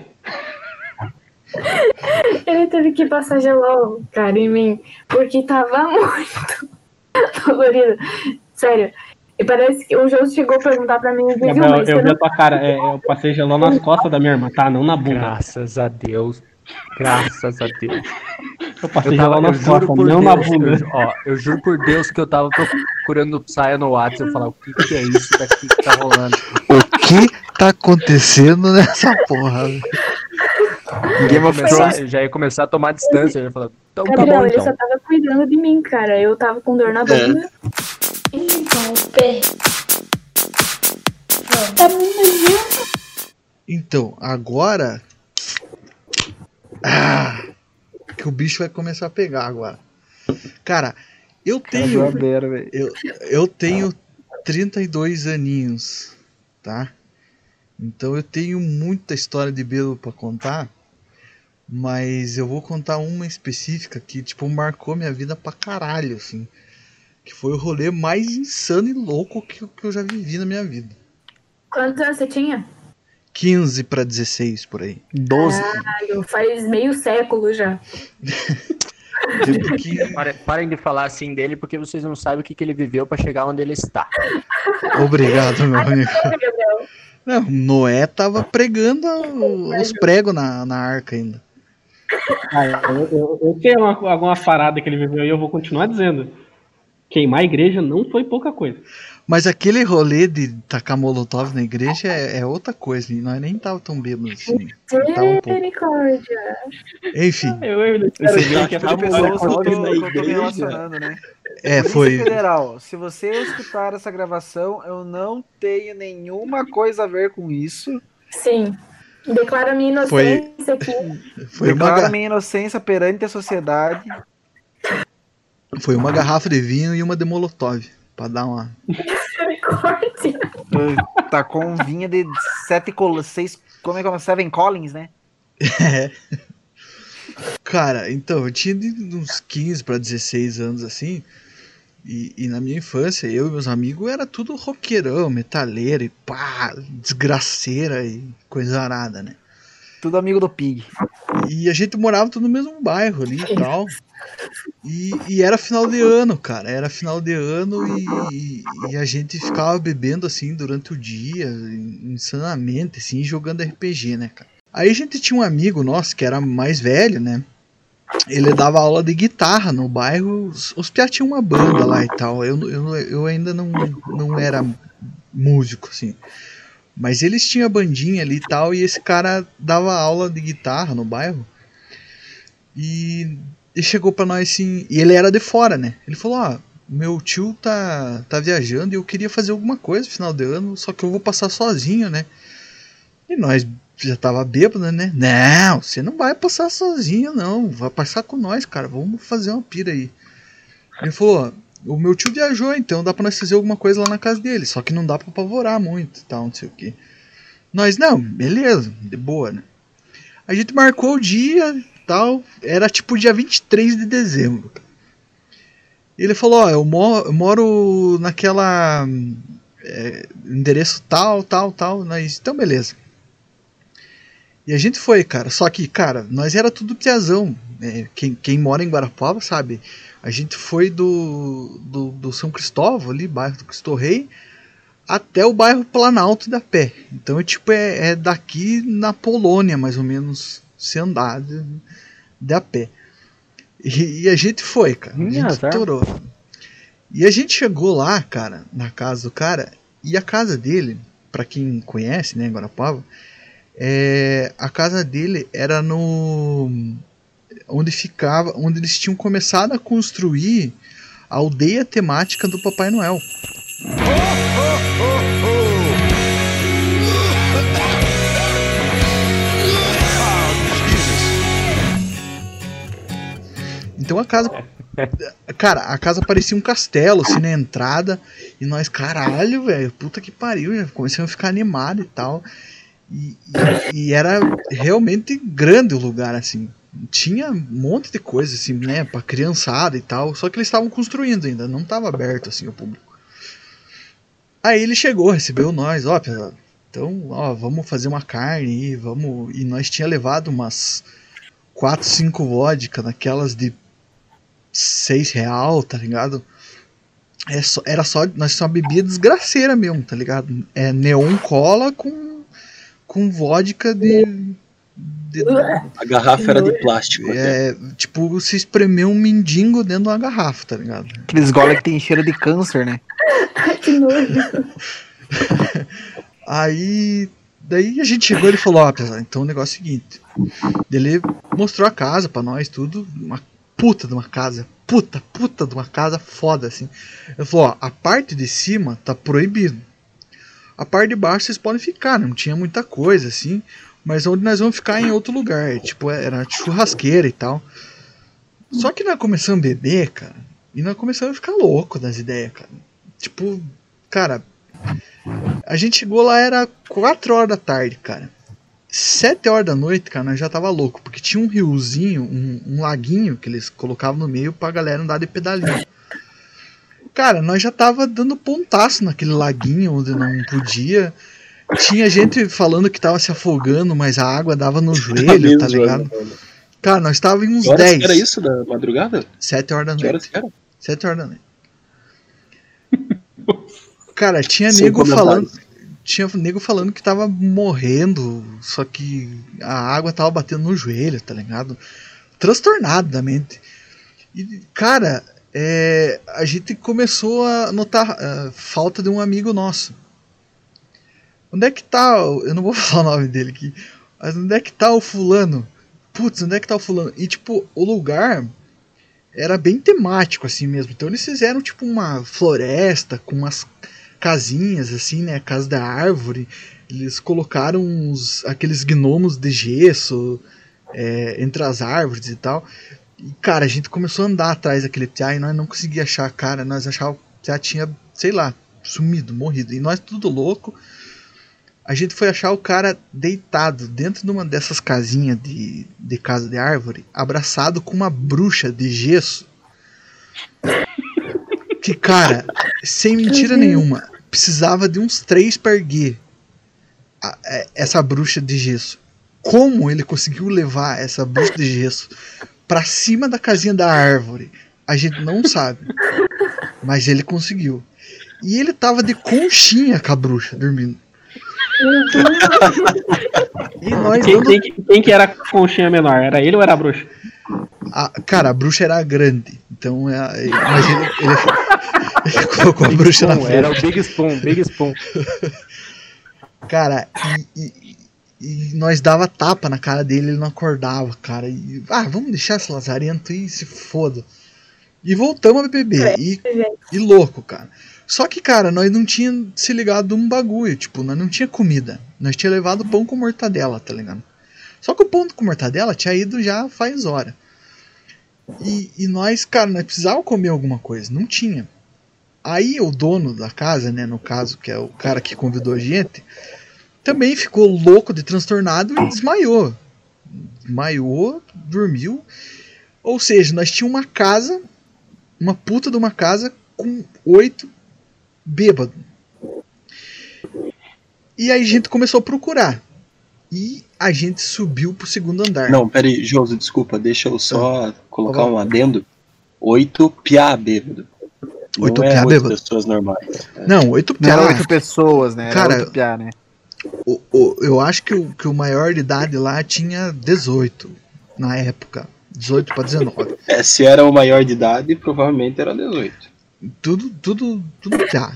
Ele teve que passar gelol, cara, em mim, porque tava muito dolorido. Sério. E parece que o João chegou a perguntar pra mim, viu, Gabriel, mas eu você vi não... a tua cara, é, eu passei gelol nas costas da minha irmã, tá? Não na bunda. Graças a Deus. Graças a Deus. Eu passei Eu, tava, gelol eu nas juro costas, por não Deus, na bunda. Eu, ó, eu juro por Deus que eu tava procurando o Psy no WhatsApp. Eu falava, o que, que é isso daqui que tá rolando? O que tá acontecendo nessa porra? Game of Thrones. Eu já ia começar a tomar distância. Eu ia falar, então Gabriel, tá bom, ele então. só tava cuidando de mim, cara. Eu tava com dor na bunda. Limpar o pé. Tá muito. Então, agora. Ah, que o bicho vai começar a pegar agora. Cara, eu tenho. Eu, eu tenho trinta e dois aninhos, tá? Então eu tenho muita história de bêbado pra contar. Mas eu vou contar uma específica que, tipo, marcou minha vida pra caralho, assim. Que foi o rolê mais insano e louco que, que eu já vivi na minha vida. Quantos anos você tinha? quinze pra dezesseis, por aí. doze. Caralho, faz meio século já. Que... Parem, parem de falar assim dele, porque vocês não sabem o que, que ele viveu pra chegar onde ele está. Obrigado, meu amigo. Não, Noé tava pregando os pregos na, na arca ainda. Ah, eu, eu, eu tenho uma, alguma parada que ele viveu e eu vou continuar dizendo. Queimar a igreja não foi pouca coisa. Mas aquele rolê de tacar molotov na igreja é, é outra coisa. E nós nem tava tão bêbados assim. Misericórdia. Enfim. Eu, eu, eu, Você vê que que a pessoas que eu tô, que eu tô me relacionando, né? É, Polícia foi. Federal, se você escutar essa gravação, eu não tenho nenhuma coisa a ver com isso. Sim. Declaro minha inocência aqui. Foi Declaro uma... minha inocência perante a sociedade. Foi uma garrafa de vinho e uma de Molotov. Pra dar uma. Tá com vinha de sete col... seis. Como é que é? Seven Collins, né? É. Cara, então, eu tinha de uns quinze pra dezesseis anos assim. E, e na minha infância, eu e meus amigos era tudo roqueirão, metaleiro e pá, desgraceira e coisa arada, né? Tudo amigo do Pig. E a gente morava tudo no mesmo bairro ali e tal. E, e era final de ano, cara. Era final de ano e, e a gente ficava bebendo assim durante o dia, insanamente, assim, jogando R P G, né, cara? Aí a gente tinha um amigo nosso que era mais velho, né? Ele dava aula de guitarra no bairro. Os, os piá tinham uma banda lá e tal. Eu, eu, eu ainda não, não era músico, assim. Mas eles tinham a bandinha ali e tal, e esse cara dava aula de guitarra no bairro. E ele chegou pra nós assim, e ele era de fora, né? Ele falou, ó, meu tio tá, tá viajando e eu queria fazer alguma coisa no final de ano, só que eu vou passar sozinho, né? E nós já tava bêbado, né? Não, você não vai passar sozinho, não. Vai passar com nós, cara. Vamos fazer uma pira aí. Ele falou, o meu tio viajou, então dá pra nós fazer alguma coisa lá na casa dele. Só que não dá pra apavorar muito e tal, não sei o que. Nós, não, beleza, de boa, né? A gente marcou o dia e tal. Era tipo dia vinte e três de dezembro. Ele falou, ó, eu moro, eu moro naquela... É, endereço tal, tal, tal. Nós, então beleza. E a gente foi, cara. Só que, cara, nós era tudo piazão. É, quem, quem mora em Guarapuava sabe. A gente foi do, do, do São Cristóvão, ali, bairro do Cristo Rei, até o bairro Planalto da Pé. Então, é, tipo, é, é daqui na Polônia, mais ou menos, se andar de, de a pé. E, e a gente foi, cara. A gente estourou. E a gente chegou lá, cara, na casa do cara. E a casa dele, pra quem conhece, né, Guarapuava, é, a casa dele era no... onde ficava, onde eles tinham começado a construir a aldeia temática do Papai Noel. Então a casa, cara, a casa parecia um castelo, assim, na entrada, e nós, caralho, velho, puta que pariu, já começamos a ficar animado e tal, e, e, e era realmente grande o lugar, assim. Tinha um monte de coisa, assim, né, pra criançada e tal, só que eles estavam construindo ainda, não estava aberto, assim, ao público. Aí ele chegou, recebeu nós, ó, então, ó, vamos fazer uma carne aí, vamos... E nós tinha levado umas quatro, cinco vodka, naquelas de seis real, tá ligado? É só, era só, nós só bebia desgraceira mesmo, tá ligado? É neon cola com, com vodka de... de a garrafa era de plástico. É, até. Tipo, você espremeu um mendigo dentro de uma garrafa, tá ligado? Aqueles goles que tem cheiro de câncer, né? Que nojo. Aí, daí a gente chegou e ele falou, ó, pessoal, então o negócio é o seguinte. Ele mostrou a casa pra nós, tudo, uma puta de uma casa, puta, puta de uma casa foda, assim. Ele falou, ó, a parte de cima tá proibido. A parte de baixo vocês podem ficar, não tinha muita coisa, assim, mas onde nós vamos ficar é em outro lugar, tipo, era churrasqueira e tal. Só que nós começamos a beber, cara, e nós começamos a ficar louco das ideias, cara. Tipo, cara, a gente chegou lá, era quatro horas da tarde, cara. sete horas da noite, cara, nós já tava louco, porque tinha um riozinho, um, um laguinho que eles colocavam no meio pra galera andar de pedalinho. Cara, nós já tava dando pontaço naquele laguinho onde não podia. Tinha gente falando que tava se afogando, mas a água dava no joelho, tá ligado? Cara, nós tava em uns dez. Que era isso da madrugada? sete horas da noite. Que horas que era? sete horas da noite. Cara, tinha nego falando, tinha nego falando que tava morrendo, só que a água tava batendo no joelho, tá ligado? Transtornado da mente. E, cara, é, a gente começou a notar a falta de um amigo nosso. Onde é que tá? Eu não vou falar o nome dele aqui, mas onde é que tá o fulano? Putz, onde é que tá o fulano? E tipo, o lugar era bem temático assim mesmo. Então eles fizeram tipo uma floresta com umas casinhas assim, né, a casa da árvore. Eles colocaram uns, aqueles gnomos de gesso é, entre as árvores e tal. E, cara, a gente começou a andar atrás daquele Piá e nós não conseguíamos achar a cara. Nós achávamos que o Piá tinha, sei lá, sumido, morrido. E nós tudo louco. A gente foi achar o cara deitado dentro de uma dessas casinhas de, de casa de árvore, abraçado com uma bruxa de gesso. Que, cara, sem mentira nenhuma, precisava de uns três para erguer a, a, essa bruxa de gesso. Como ele conseguiu levar essa bruxa de gesso pra cima da casinha da árvore, a gente não sabe. Mas ele conseguiu. E ele tava de conchinha com a bruxa, dormindo. E nós quem, dando... quem, quem que era a conchinha menor? Era ele ou era a bruxa? A, cara, a bruxa era grande. Então, é, mas ele, ele, ele colocou a Big bruxa Spoon, na frente. Era o Big Spoon, Big Spoon. Cara, e, e, e nós dava tapa na cara dele, ele não acordava, cara. E, ah, vamos deixar esse lazarento e se foda. E voltamos a beber. E, e louco, cara. Só que, cara, nós não tínhamos se ligado num bagulho. Tipo, nós não tinha comida. Nós tinha levado pão com mortadela, tá ligado? Só que o pão com mortadela tinha ido já faz hora. E, e nós, cara, nós precisávamos comer alguma coisa. Não tinha. Aí o dono da casa, né, no caso, que é o cara que convidou a gente, também ficou louco de transtornado e desmaiou. Desmaiou, dormiu. Ou seja, nós tínhamos uma casa, uma puta de uma casa com oito bêbados. E aí a gente começou a procurar. E a gente subiu pro segundo andar. Não, peraí, Josi, desculpa, deixa eu só ah, colocar um adendo. Oito piá bêbado. Oito não piá é bêbado. Oito pessoas normais. É. Não, oito piá. Não, oito pessoas, né? Era cara, oito piá, né? O, o, eu acho que o, que o maior de idade lá tinha dezoito na época. dezoito para dezenove. É, se era o maior de idade, provavelmente era dezoito. Tudo, tudo, tudo piá.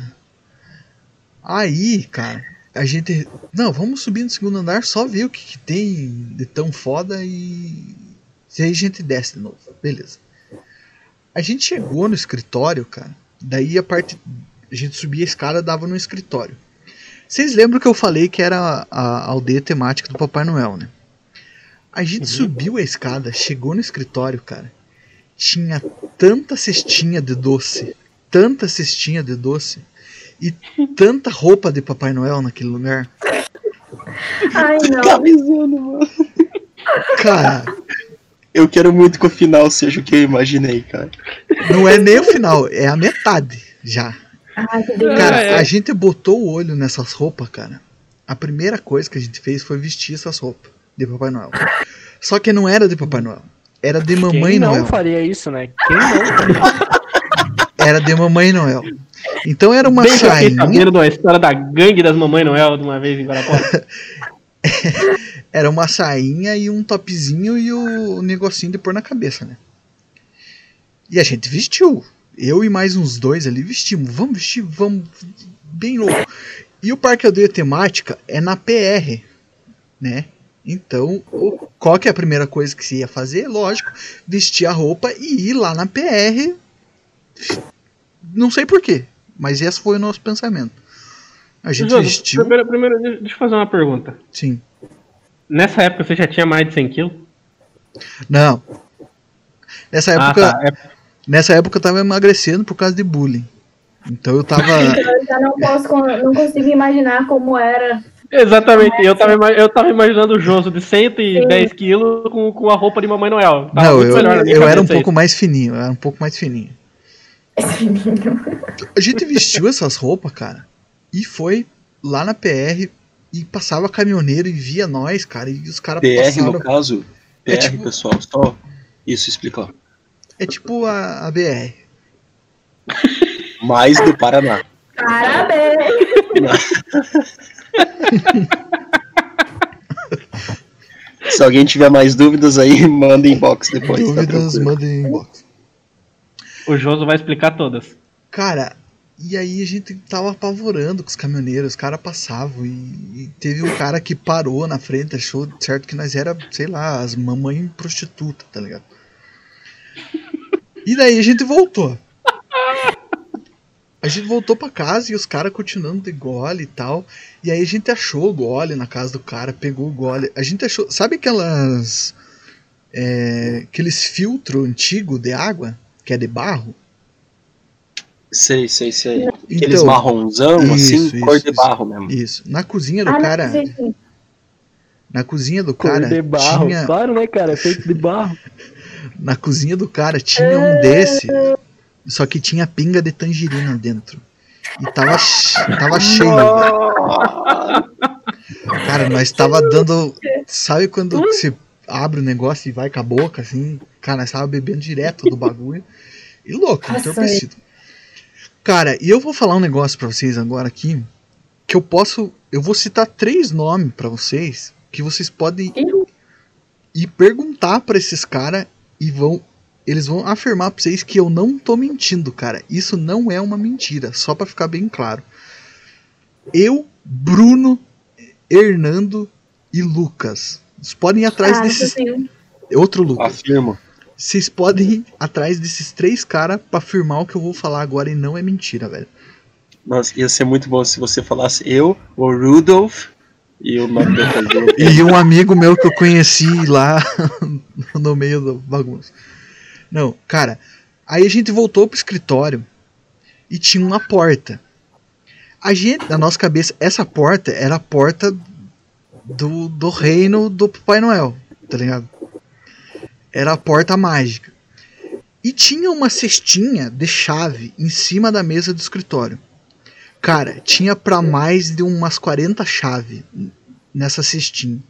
Aí, cara, a gente... Não, vamos subir no segundo andar, só ver o que, que tem de tão foda e... E aí a gente desce de novo. Beleza. A gente chegou no escritório, cara. Daí a parte... A gente subia a escada e dava no escritório. Vocês lembram que eu falei que era a, a aldeia temática do Papai Noel, né? A gente uhum. subiu a escada, chegou no escritório, cara. Tinha tanta cestinha de doce. Tanta cestinha de doce. E tanta roupa de Papai Noel naquele lugar. Ai, não. Cabezando, cara, eu quero muito que o final seja o que eu imaginei, cara. Não é nem o final, é a metade já. Ai, que delícia. Cara, a gente botou o olho nessas roupas, cara. A primeira coisa que a gente fez foi vestir essas roupas de Papai Noel. Só que não era de Papai Noel. Era de Mamãe Quem Noel. Quem não faria isso, né? Quem não faria? Era de Mamãe Noel. Então era uma Bem sainha. Sabendo da história da gangue das Mamãe Noel de uma vez em Guarapuava. Era uma sainha e um topzinho e o negocinho de pôr na cabeça, né? E a gente vestiu. Eu e mais uns dois ali vestimos. Vamos vestir, vamos. Bem louco. E o Parque Aldeia Temática é na P R, né? Então, qual que é a primeira coisa que se ia fazer? Lógico, vestir a roupa e ir lá na P R. Não sei porquê, mas esse foi o nosso pensamento. A gente Josi, vestiu... Primeiro, primeiro, deixa eu fazer uma pergunta. Sim. Nessa época você já tinha mais de cem quilos? Não. Nessa época, ah, tá. é... nessa época eu tava emagrecendo por causa de bullying. Então eu tava... Eu já não posso, não consigo imaginar como era. Exatamente, eu tava, eu tava imaginando o Joso de cento e dez quilos com, com a roupa de Mamãe Noel. Tava não, eu, eu era um isso. pouco mais fininho, eu era um pouco mais fininho. A gente vestiu essas roupas, cara, e foi lá na P R e passava caminhoneiro e via nós, cara, e os caras passaram... passaram... no caso, P R, é tipo... pessoal, só isso explica. É tipo a, a B R. Mais do Paraná. Parabéns! Se alguém tiver mais dúvidas aí, manda inbox depois. Dúvidas, tá manda inbox. O Joso vai explicar todas. Cara, e aí a gente tava apavorando com os caminhoneiros, os caras passavam e, e teve um cara que parou na frente, achou certo que nós era, sei lá, as mamães prostitutas, tá ligado? E daí a gente voltou. A gente voltou pra casa e os caras continuando de gole e tal. E aí a gente achou o gole na casa do cara, pegou o gole. A gente achou, sabe aquelas é, aqueles filtros antigos de água, que é de barro. Sei, sei, sei. Então, Aqueles marronzão, isso, assim, isso, cor de isso. barro mesmo. Isso. Na cozinha do Ah, cara. não, sim, sim. Na cozinha do Cor cara de barro. tinha. Claro, né, cara? É feito de barro. Na cozinha do cara tinha um desse, só que tinha pinga de tangerina dentro. E tava, che- tava cheio. Cara, nós tava dando. Sabe quando você abre o negócio e vai com a boca, assim? Cara, nós tava bebendo direto do bagulho. E louco, Nossa, entorpecido. Cara, e eu vou falar um negócio pra vocês agora aqui. Que eu posso. Eu vou citar três nomes pra vocês. Que vocês podem ir perguntar pra esses caras. E vão. Eles vão afirmar pra vocês que eu não tô mentindo, cara. Isso não é uma mentira. Só pra ficar bem claro. Eu, Bruno, Hernando e Lucas. Vocês podem ir atrás Ah, desses. sim. Outro Lucas. Afirmo. Vocês podem ir atrás desses três caras pra afirmar o que eu vou falar agora e não é mentira, velho. Nossa, ia ser muito bom se você falasse eu, o Rudolph e o nome do outro. E um amigo meu que eu conheci lá no meio do bagunço. Não, cara, aí a gente voltou pro escritório e tinha uma porta. A gente, na nossa cabeça, essa porta era a porta do, do reino do Papai Noel, tá ligado? Era a porta mágica. E tinha uma cestinha de chave em cima da mesa do escritório. Cara, tinha pra mais de umas quarenta chaves nessa cestinha.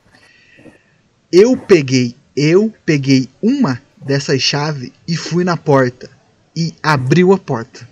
Eu peguei, eu peguei uma dessas chaves e fui na porta. E abriu a porta.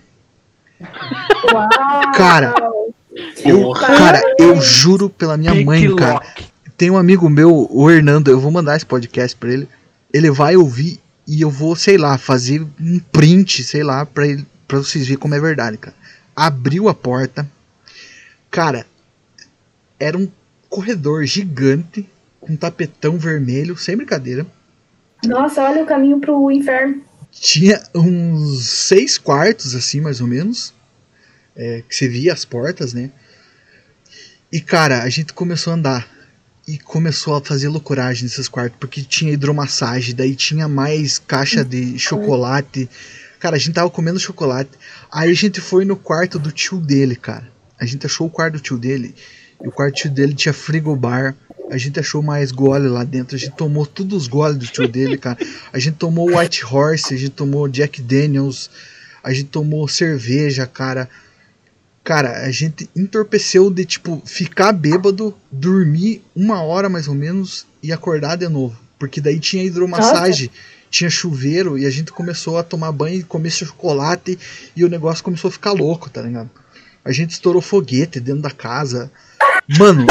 Uau! Cara, eu, cara, eu juro pela minha mãe, cara. Tem um amigo meu, o Hernando, eu vou mandar esse podcast pra ele. Ele vai ouvir e eu vou, sei lá, fazer um print, sei lá, pra, ele, pra vocês verem como é verdade, cara. Abriu a porta. Cara, era um corredor gigante com um tapetão vermelho, sem brincadeira. Nossa, olha o caminho pro inferno. Tinha uns seis quartos, assim, mais ou menos. É, que você via as portas, né? E, cara, a gente começou a andar. E começou a fazer loucuragem nesses quartos. Porque tinha hidromassagem, daí tinha mais caixa de chocolate. Cara, a gente tava comendo chocolate. Aí a gente foi no quarto do tio dele, cara. A gente achou o quarto do tio dele. E o quarto do tio dele tinha frigobar. A gente achou mais gole lá dentro. A gente tomou todos os goles do tio dele, cara. A gente tomou White Horse. A gente tomou Jack Daniels. A gente tomou cerveja, cara. Cara, a gente entorpeceu de, tipo, ficar bêbado, dormir uma hora mais ou menos e acordar de novo. Porque daí tinha hidromassagem, Nossa. tinha chuveiro e a gente começou a tomar banho e comer chocolate e o negócio começou a ficar louco, tá ligado? A gente estourou foguete dentro da casa. Mano,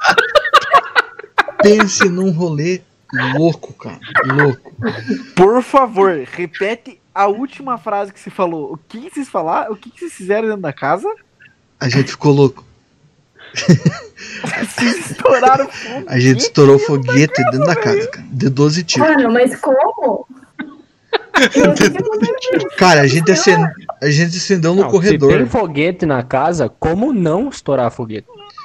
pense num rolê louco, cara. Louco. Por favor, repete a última frase que você falou. O que vocês falaram? O que vocês fizeram dentro da casa? A gente ficou louco. Vocês estouraram foguete. A gente estourou foguete dentro da casa, cara. De doze tiros. Mano, mas como? Cara, a gente, acend... a gente acendeu no não, corredor. Se tem foguete na casa, como não estourar foguete?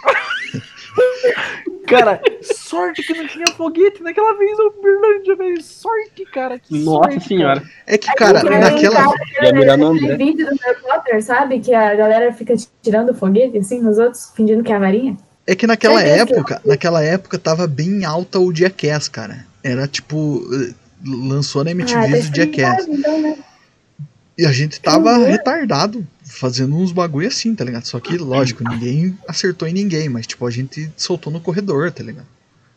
Cara, sorte que não tinha foguete naquela vez no Berlândia, velho. Sorte, cara. Que Nossa sorte, senhora. Cara. É que, cara, é, naquela. Tem vídeo do Harry Potter, sabe? Que a galera fica tirando foguete assim nos outros, fingindo que é a varinha. É que naquela é época, que... naquela época tava bem alta o Jackass, cara. Era tipo. Lançou na M T V ah, do Jackass. Então, né? E a gente tava uhum. retardado, fazendo uns bagulho assim, tá ligado? Só que, lógico, ninguém acertou em ninguém, mas tipo, a gente soltou no corredor, tá ligado?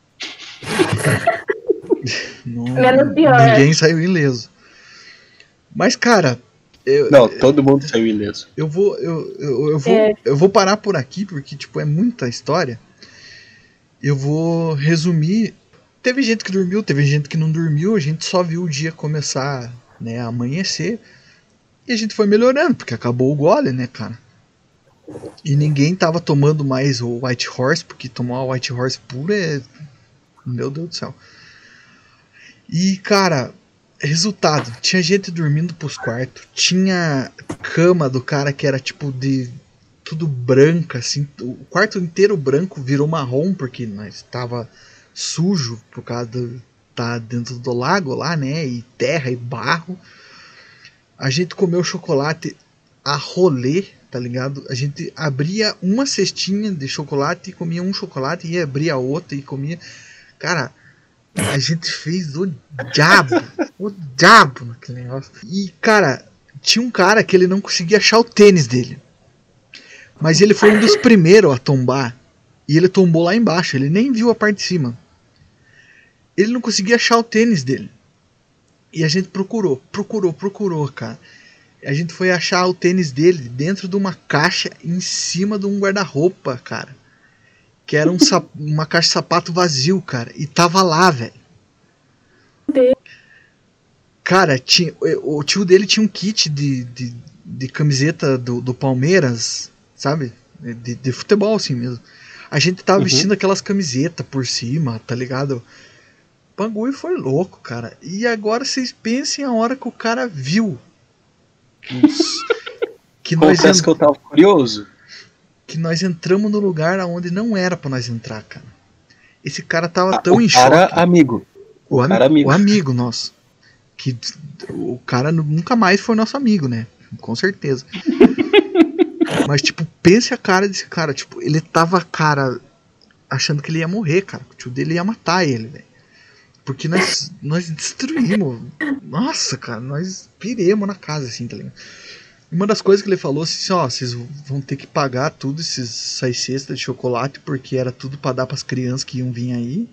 Não, Menos pior. Ninguém saiu ileso. Mas, cara. Eu, Não, todo mundo saiu ileso. Eu vou, eu, eu, eu, vou, é. eu vou parar por aqui, porque, tipo, é muita história. Eu vou resumir. Teve gente que dormiu, teve gente que não dormiu, a gente só viu o dia começar, né, a amanhecer. E a gente foi melhorando, porque acabou o gole, né, cara? E ninguém tava tomando mais o White Horse, porque tomar o White Horse puro é... Meu Deus do céu. E, cara, resultado, tinha gente dormindo pros quartos, tinha cama do cara que era tipo de... tudo branca, assim, o quarto inteiro branco virou marrom, porque nós tava sujo por causa do... tá dentro do lago lá, né? E terra e barro. A gente comeu chocolate a rolê, tá ligado? A gente abria uma cestinha de chocolate e comia um chocolate e abria outra e comia. Cara, a gente fez o diabo, o diabo naquele negócio. E, cara, tinha um cara que ele não conseguia achar o tênis dele. Mas ele foi um dos primeiros a tombar. E ele tombou lá embaixo, ele nem viu a parte de cima. Ele não conseguia achar o tênis dele. E a gente procurou, procurou, procurou, cara. A gente foi achar o tênis dele dentro de uma caixa em cima de um guarda-roupa, cara. Que era um sap- uma caixa de sapato vazio, cara. E tava lá, velho. Cara, tinha, o tio dele tinha um kit de, de, de camiseta do, do Palmeiras, sabe? De, de futebol, assim mesmo. A gente tava uhum. vestindo aquelas camisetas por cima, tá ligado? O bagulho foi louco, cara. E agora vocês pensem a hora que o cara viu. Que nós Confesso en... que eu tava curioso. Que nós entramos no lugar onde não era pra nós entrar, cara. Esse cara tava ah, tão o em cara choque. Amigo. O, o am... cara amigo. O amigo nosso. Que o cara nunca mais foi nosso amigo, né? Com certeza. Mas, tipo, pense a cara desse cara. Tipo, ele tava, cara, achando que ele ia morrer, cara. O tio dele ia matar ele, velho. Porque nós, nós destruímos. Nossa, cara, nós piremos na casa, assim, tá ligado? Uma das coisas que ele falou assim, ó, vocês vão ter que pagar tudo esses, essas cestas de chocolate, porque era tudo pra dar pras crianças que iam vir aí.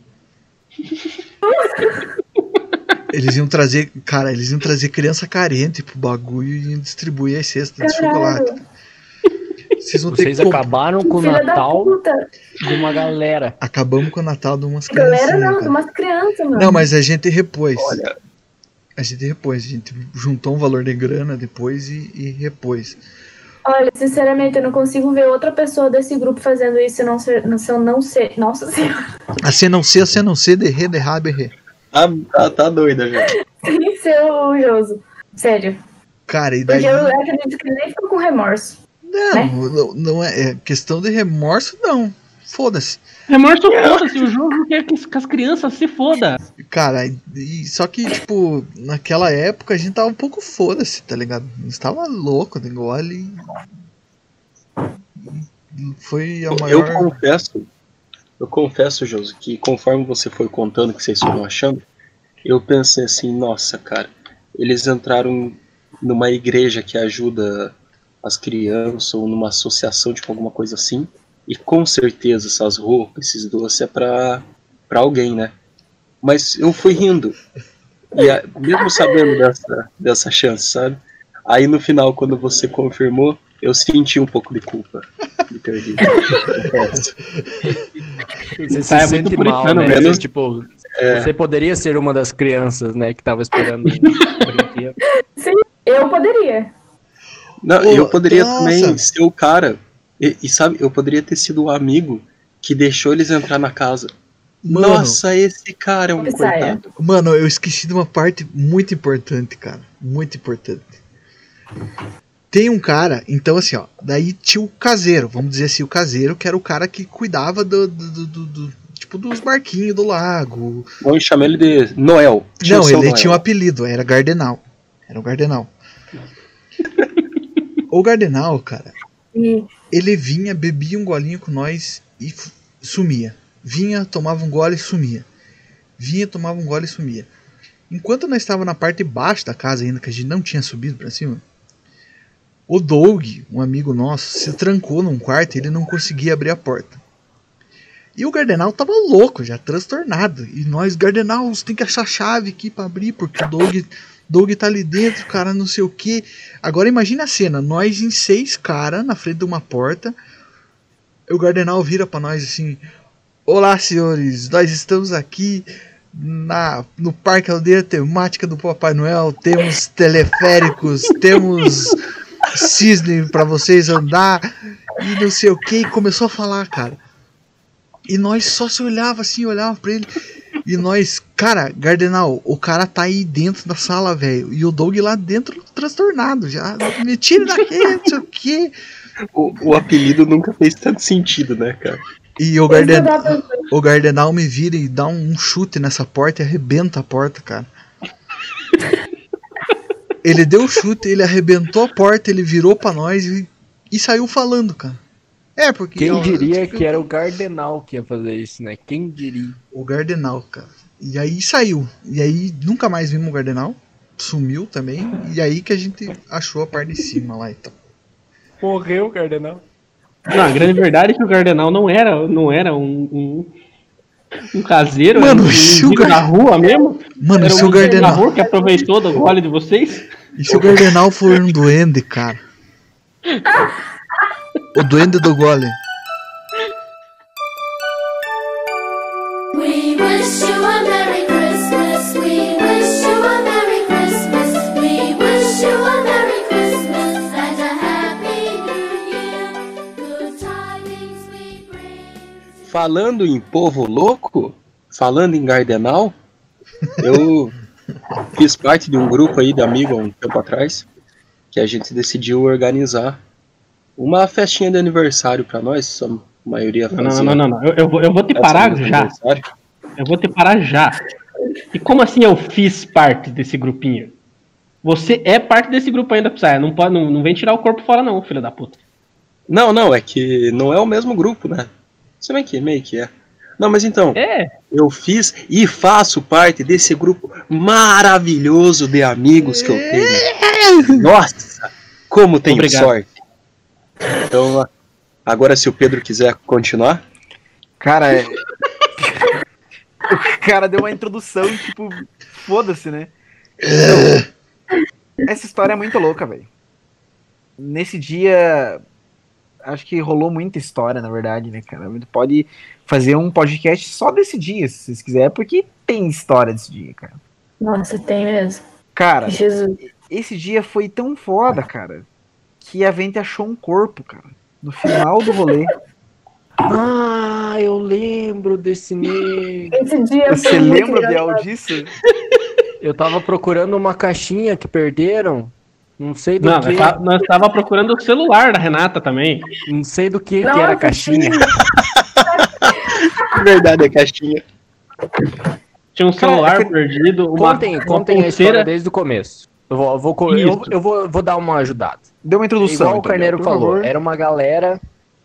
Eles iam trazer, cara, eles iam trazer criança carente pro bagulho e iam distribuir as cestas de chocolate. Vocês, vão Vocês ter que acabaram com o Natal de uma galera. Acabamos com o Natal de umas crianças. Galera não, cara. de umas crianças, mano. Não, mas a gente repôs. Olha. A gente repôs, a gente juntou um valor de grana depois e, e repôs. Olha, sinceramente, eu não consigo ver outra pessoa desse grupo fazendo isso se eu não ser, se eu não ser. Nossa senhora. A se não ser, a se não ser, de re, de ra, berre. Tá, tá, tá doida, já. Sem ser o Joso. Sério. Cara, e daí... Porque eu acredito que ele nem ficou com remorso. Não, né? não, não é, é questão de remorso, não. Foda-se. Remorso, foda-se. O jogo quer que as crianças se foda. Cara, e, só que, tipo, naquela época a gente tava um pouco foda-se, tá ligado? A gente tava louco, igual ali. Foi a maior... Eu confesso, eu confesso, Josi, que conforme você foi contando o que vocês foram achando, eu pensei assim, nossa, cara, eles entraram numa igreja que ajuda as crianças ou numa associação, tipo alguma coisa assim, e com certeza essas roupas, esses doces é pra, pra alguém, né? Mas eu fui rindo, e a, mesmo sabendo dessa, dessa chance, sabe? Aí no final, quando você confirmou, eu senti um pouco de culpa de ter dito. Você se é sente mal, né? Menos, tipo, é... Você poderia ser uma das crianças, né, que tava esperando. Sim, eu poderia. Não, Pô, eu poderia nossa. também ser o cara, e, e sabe, eu poderia ter sido o amigo que deixou eles entrar na casa. Mano, nossa, esse cara é um coitado. Mano, eu esqueci de uma parte muito importante, cara. Muito importante. Tem um cara, então assim, ó, daí tinha o caseiro, vamos dizer assim, o caseiro, que era o cara que cuidava do, do, do, do, do tipo, dos barquinhos do lago. Vamos chamar ele de Noel. Tinha Não, ele Noel. tinha um apelido, era Gardenal. Era o Gardenal. O Gardenal, cara, ele vinha, bebia um golinho com nós e f- sumia. Vinha, tomava um gole e sumia. Vinha, tomava um gole e sumia. Enquanto nós estávamos na parte de baixo da casa ainda, que a gente não tinha subido pra cima, o Doug, um amigo nosso, se trancou num quarto e ele não conseguia abrir a porta. E o Gardenal tava louco, já transtornado. E nós, Gardenal, você tem que achar a chave aqui pra abrir, porque o Doug, Doug tá ali dentro, cara, não sei o que. Agora imagina a cena, nós em seis caras na frente de uma porta. O Gardenal vira pra nós assim: olá, senhores, nós estamos aqui na, no Parque Aldeia Temática do Papai Noel. Temos teleféricos, temos cisne pra vocês andar e não sei o que. E começou a falar, cara. E nós só se olhava assim, olhava pra ele. E nós, cara, Gardenal, o cara tá aí dentro da sala, velho. E o Doug lá dentro transtornado já. Me tira daqui, não sei o que. O, o apelido nunca fez tanto sentido, né, cara? E o, Garden... o Gardenal me vira e dá um chute nessa porta e arrebenta a porta, cara. Ele deu o chute, ele arrebentou a porta, ele virou pra nós e, e saiu falando, cara. É, porque... Quem eu, diria tipo, que era o Gardenal que ia fazer isso, né? Quem diria? O Gardenal, cara. E aí saiu. E aí nunca mais vimos o Gardenal. Sumiu também. E aí que a gente achou a parte de cima lá e tal. Morreu o Gardenal. Não, a grande verdade é que o Gardenal não era, não era um, um, um caseiro, Mano, era um se o indivíduo Gar- na rua mesmo. Mano, era se um o indivíduo na Gardenal- rua que aproveitou do gole de vocês. E se o Gardenal for um duende, cara? O duende do gole. We wish you a Merry Christmas. We wish you a Merry Christmas. We wish you a Merry Christmas and a Happy New Year. Good tidings we bring. Falando em povo louco, falando em Gardenal, eu fiz parte de um grupo aí de amigos há um tempo atrás, que a gente decidiu organizar uma festinha de aniversário pra nós, a maioria Não, fazia. não, não, não, não. Eu, eu vou, eu vou te festa parar de já. aniversário. Eu vou te parar já. E como assim eu fiz parte desse grupinho? Você é parte desse grupo ainda, Psy. Não, pode, não, não vem tirar o corpo fora não, filho da puta. Não, não, é que não é o mesmo grupo, né? Se bem que meio que é. Não, mas então, É. eu fiz e faço parte desse grupo maravilhoso de amigos que eu tenho. Nossa, como tenho Obrigado. sorte. Então, agora se o Pedro quiser continuar. Cara, é... o cara deu uma introdução e, tipo, foda-se, né? Essa história é muito louca, velho. Nesse dia, acho que rolou muita história, na verdade, né, cara? A gente pode fazer um podcast só desse dia, se vocês quiserem, porque tem história desse dia, cara. Nossa, tem mesmo. Cara, Jesus. esse dia foi tão foda, cara, que a gente achou um corpo, cara, no final do rolê. Ah, eu lembro desse nego. Esse dia Você foi muito lembra, Biel, engraçado. disso? Eu tava procurando uma caixinha que perderam. Não sei do Não, que. nós tá- nós tava procurando o celular da Renata também. Não sei do que, que Nossa, era a caixinha. Verdade, é caixinha. Tinha um Cara, celular é que- perdido, uma, Contem, uma contem a pulseira. história desde o começo. Eu vou, eu vou, co- eu, Isso. eu vou, vou dar uma ajudada. Deu uma introdução. Igual o então, Carneiro por falou, favor. era uma galera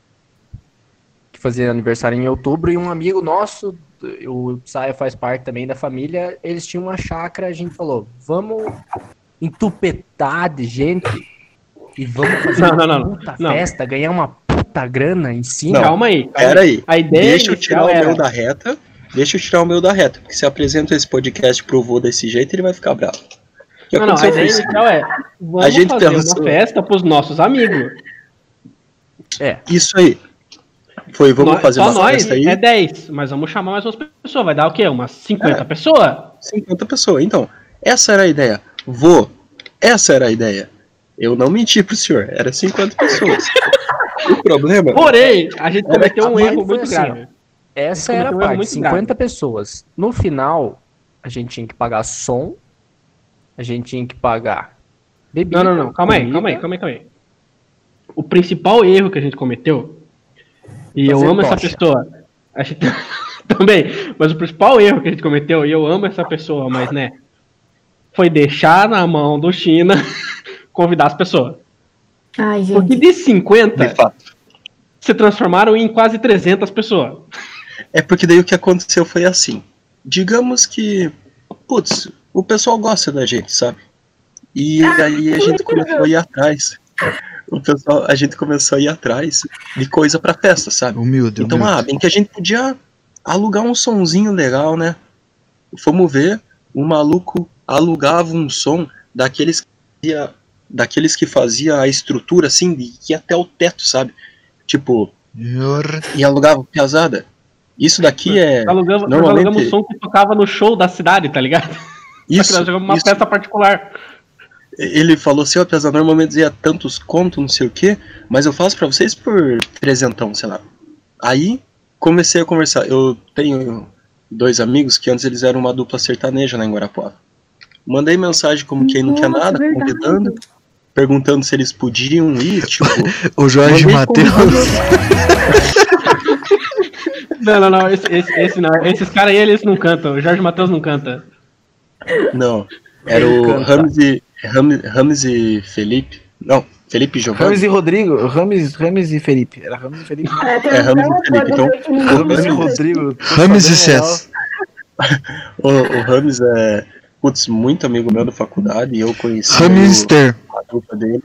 que fazia aniversário em outubro e um amigo nosso, o Saia faz parte também da família, eles tinham uma chácara, a gente falou, vamos entupetar de gente e vamos fazer Não, uma não, não, puta não. festa, ganhar uma puta grana em cima. Não, Calma aí. calma Pera aí, A ideia deixa eu tirar inicial o era... meu da reta. Deixa eu tirar o meu da reta, porque se eu apresento esse podcast pro vô desse jeito, ele vai ficar bravo. O que Não, não, a aconteceu ideia foi isso. inicial é, vamos A gente fazer pensou- uma festa pros nossos amigos. É, Isso aí. Foi, vamos Nós- fazer só uma nós festa aí. é dez, mas vamos chamar mais umas pessoas. Vai dar o quê? Umas cinquenta É. pessoas? cinquenta pessoas. Então, essa era a ideia. Vô, essa era a ideia. Eu não menti pro senhor, era cinquenta pessoas. O problema... Porém, a gente Era cometeu um a erro parte foi muito assim, grave. essa Cometeu era a um erro parte, muito cinquenta grave. pessoas. No final, a gente tinha que pagar som, a gente tinha que pagar bebida. Não, não, não. Calma aí, comida. calma aí, calma aí, calma aí. O principal erro que a gente cometeu, e eu Fazer amo essa tocha. pessoa, a gente também, mas o principal erro que a gente cometeu, e eu amo essa pessoa, mas né, foi deixar na mão do China convidar as pessoas. Ai, Porque gente. de cinquenta, De fato. se transformaram em quase trezentas pessoas. É porque daí o que aconteceu foi assim. Digamos que, putz, o pessoal gosta da gente, sabe? E aí a gente começou a ir atrás. O pessoal, a gente começou a ir atrás de coisa pra festa, sabe? Humilde, Então, humilde. ah, bem que a gente podia alugar um sonzinho legal, né? Fomos ver, o maluco alugava um som daqueles que fazia, daqueles que fazia a estrutura assim, de ir até o teto, sabe? Tipo, Senhor. e alugava piazada. Isso daqui é. Alugamos, nós normalmente- alugamos o som que tocava no show da cidade, tá ligado? Só que Isso, nós jogamos uma isso. festa particular. Ele falou assim, ó, piazada, normalmente dizia tantos contos, não sei o que, mas eu faço pra vocês por trezentão, sei lá. Aí comecei a conversar. Eu tenho dois amigos que antes eles eram uma dupla sertaneja lá em Guarapuava. Mandei mensagem como quem não quer Nossa, nada, verdade. convidando, perguntando se eles podiam ir, tipo. O Jorge mandei Matheus. convidando. Não, não, não, esse, esse, esse não. Esses caras aí, eles não cantam. O Jorge Matheus não canta. Não, era o Rames e, Rames, Rames e Felipe. Não, Felipe e Giovanni. Rames e Rodrigo, Rames, Rames e Felipe. Era Rames e Felipe. É, Rames e Felipe. Então, Rames e Rodrigo. Rames e Cés. O, o Rames é, putz, muito amigo meu da faculdade, e eu conheci Hamster. o, a dupla dele.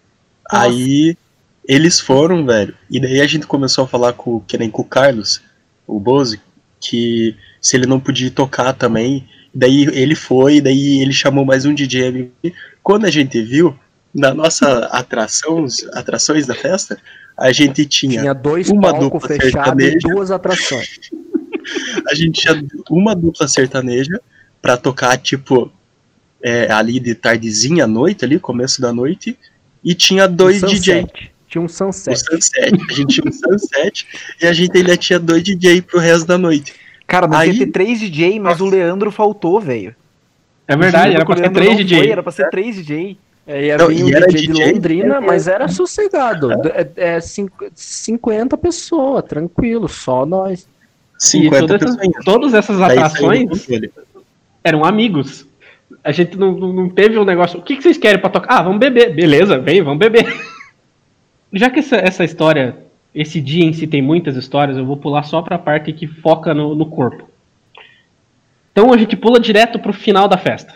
Aí eles foram, velho, e daí a gente começou a falar com, que nem com o Carlos, o Boze, que se ele não podia tocar também, daí ele foi, daí ele chamou mais um D J amigo. Quando a gente viu, na nossa atrações, atrações da festa, a gente tinha, Tinha dois uma palcos dupla fechados e sertaneja. duas atrações. A gente tinha uma dupla sertaneja pra tocar, tipo, é, ali de tardezinha à noite, ali, começo da noite, e tinha dois Um D J. sunset. Tinha um sunset. O Sunset. A gente tinha um Sunset e a gente ainda tinha dois D J pro resto da noite. Cara, nós Aí- ia ter três D J, mas o Leandro faltou, velho. É verdade, era pra ser três D J. Era pra ser três D J. É, ia Não, vir e um era D J de D J? Londrina, mas era sossegado. É, é cinco- cinquenta pessoas, tranquilo, só nós. E cinquenta todas essas, pessoas. todas essas Daí saiu do atrações controle. eram amigos. A gente não, não não teve um negócio. O que, que vocês querem pra tocar? Ah, vamos beber. Beleza, vem, vamos beber. Já que essa, essa história, esse dia em si tem muitas histórias, eu vou pular só pra parte que foca no, no corpo. Então a gente pula direto pro final da festa.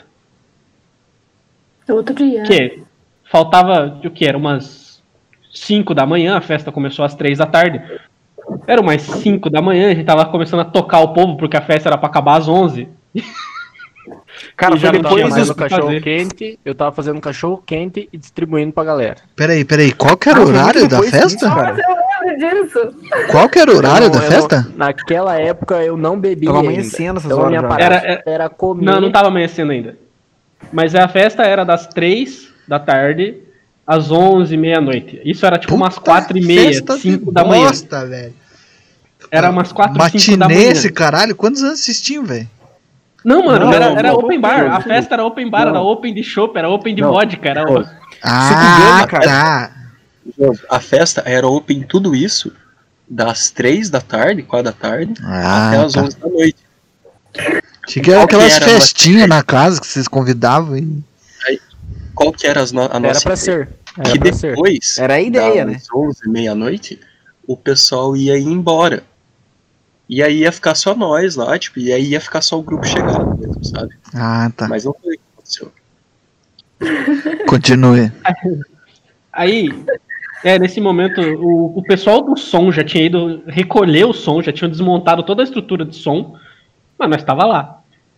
Outro dia. Que faltava, o que? Era umas cinco da manhã, a festa começou às três da tarde. Era umas cinco da manhã, a gente tava começando a tocar o povo, porque a festa era pra acabar às onze. Cara, E foi já não Eu tava tinha depois mais fazendo o que cachorro fazer. quente, eu tava fazendo cachorro quente e distribuindo pra galera. Peraí, peraí, qual que era o Ah, foi horário muito da depois festa? disso, cara. Eu lembro disso. Qual que era o horário Eu não- da eu festa? não- naquela época eu não bebia Tava ainda. amanhecendo essas Então a horas minha já. parada Era- era, era- comer. Não, não tava amanhecendo ainda. Mas a festa era das três da tarde às onze, meia-noite. Isso era tipo umas Puta quatro e meia, festa de cinco da manhã. bosta, velho. Era umas quatro, cinco da Matinê manhã. esse caralho? Quantos anos vocês tinham, velho? Não, mano, Não, era, não, era não, open não, bar. não, A não. festa era open bar, Não. era open de chopp, era open de Não. vodka. Era... Pô, Ah, cara. tá. A festa era open tudo isso das três da tarde, quatro da tarde, Ah, até as tá. onze da noite. Achei que era Qual que aquelas era a festinhas na casa que vocês convidavam e... Qual que era as no a Era nossa pra ideia? ser. Era Que pra ser. depois Era a ideia, né? das onze, meia-noite, o pessoal ia ir embora. E aí ia ficar só nós lá, tipo, e aí ia ficar só o grupo chegado mesmo, sabe? Ah, tá. Mas não foi o que aconteceu. Continue. Aí, é, nesse momento, o, o pessoal do som já tinha ido recolher o som, já tinham desmontado toda a estrutura de som, mas nós estava lá.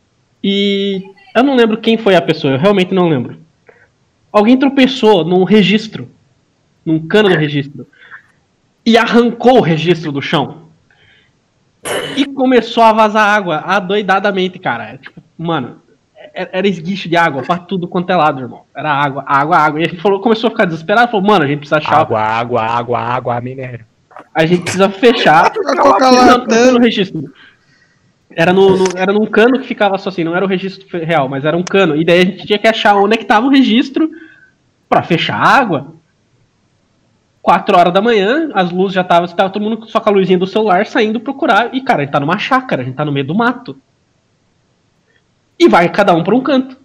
E eu não lembro quem foi a pessoa, eu realmente não lembro. Alguém tropeçou num registro, num cano do registro, e arrancou o registro do chão. E começou a vazar água adoidadamente, cara. Tipo, mano, era era esguicho de água pra tudo quanto é lado, irmão. Era água, água, água. E a gente falou, começou a ficar desesperado, falou, mano, a gente precisa achar. Água, água, água, água, minério. A gente precisa fechar. Coca Não, lá, não foi no registro. Era, no, no- era num cano que ficava só assim, não era o registro fe- real, mas era um cano. E daí a gente tinha que achar onde é que tava o registro pra fechar a água. Quatro horas da manhã, as luzes já estavam, tava todo mundo só com a luzinha do celular saindo procurar. E, cara, a gente tá numa chácara, a gente tá no meio do mato. E vai cada um pra um canto.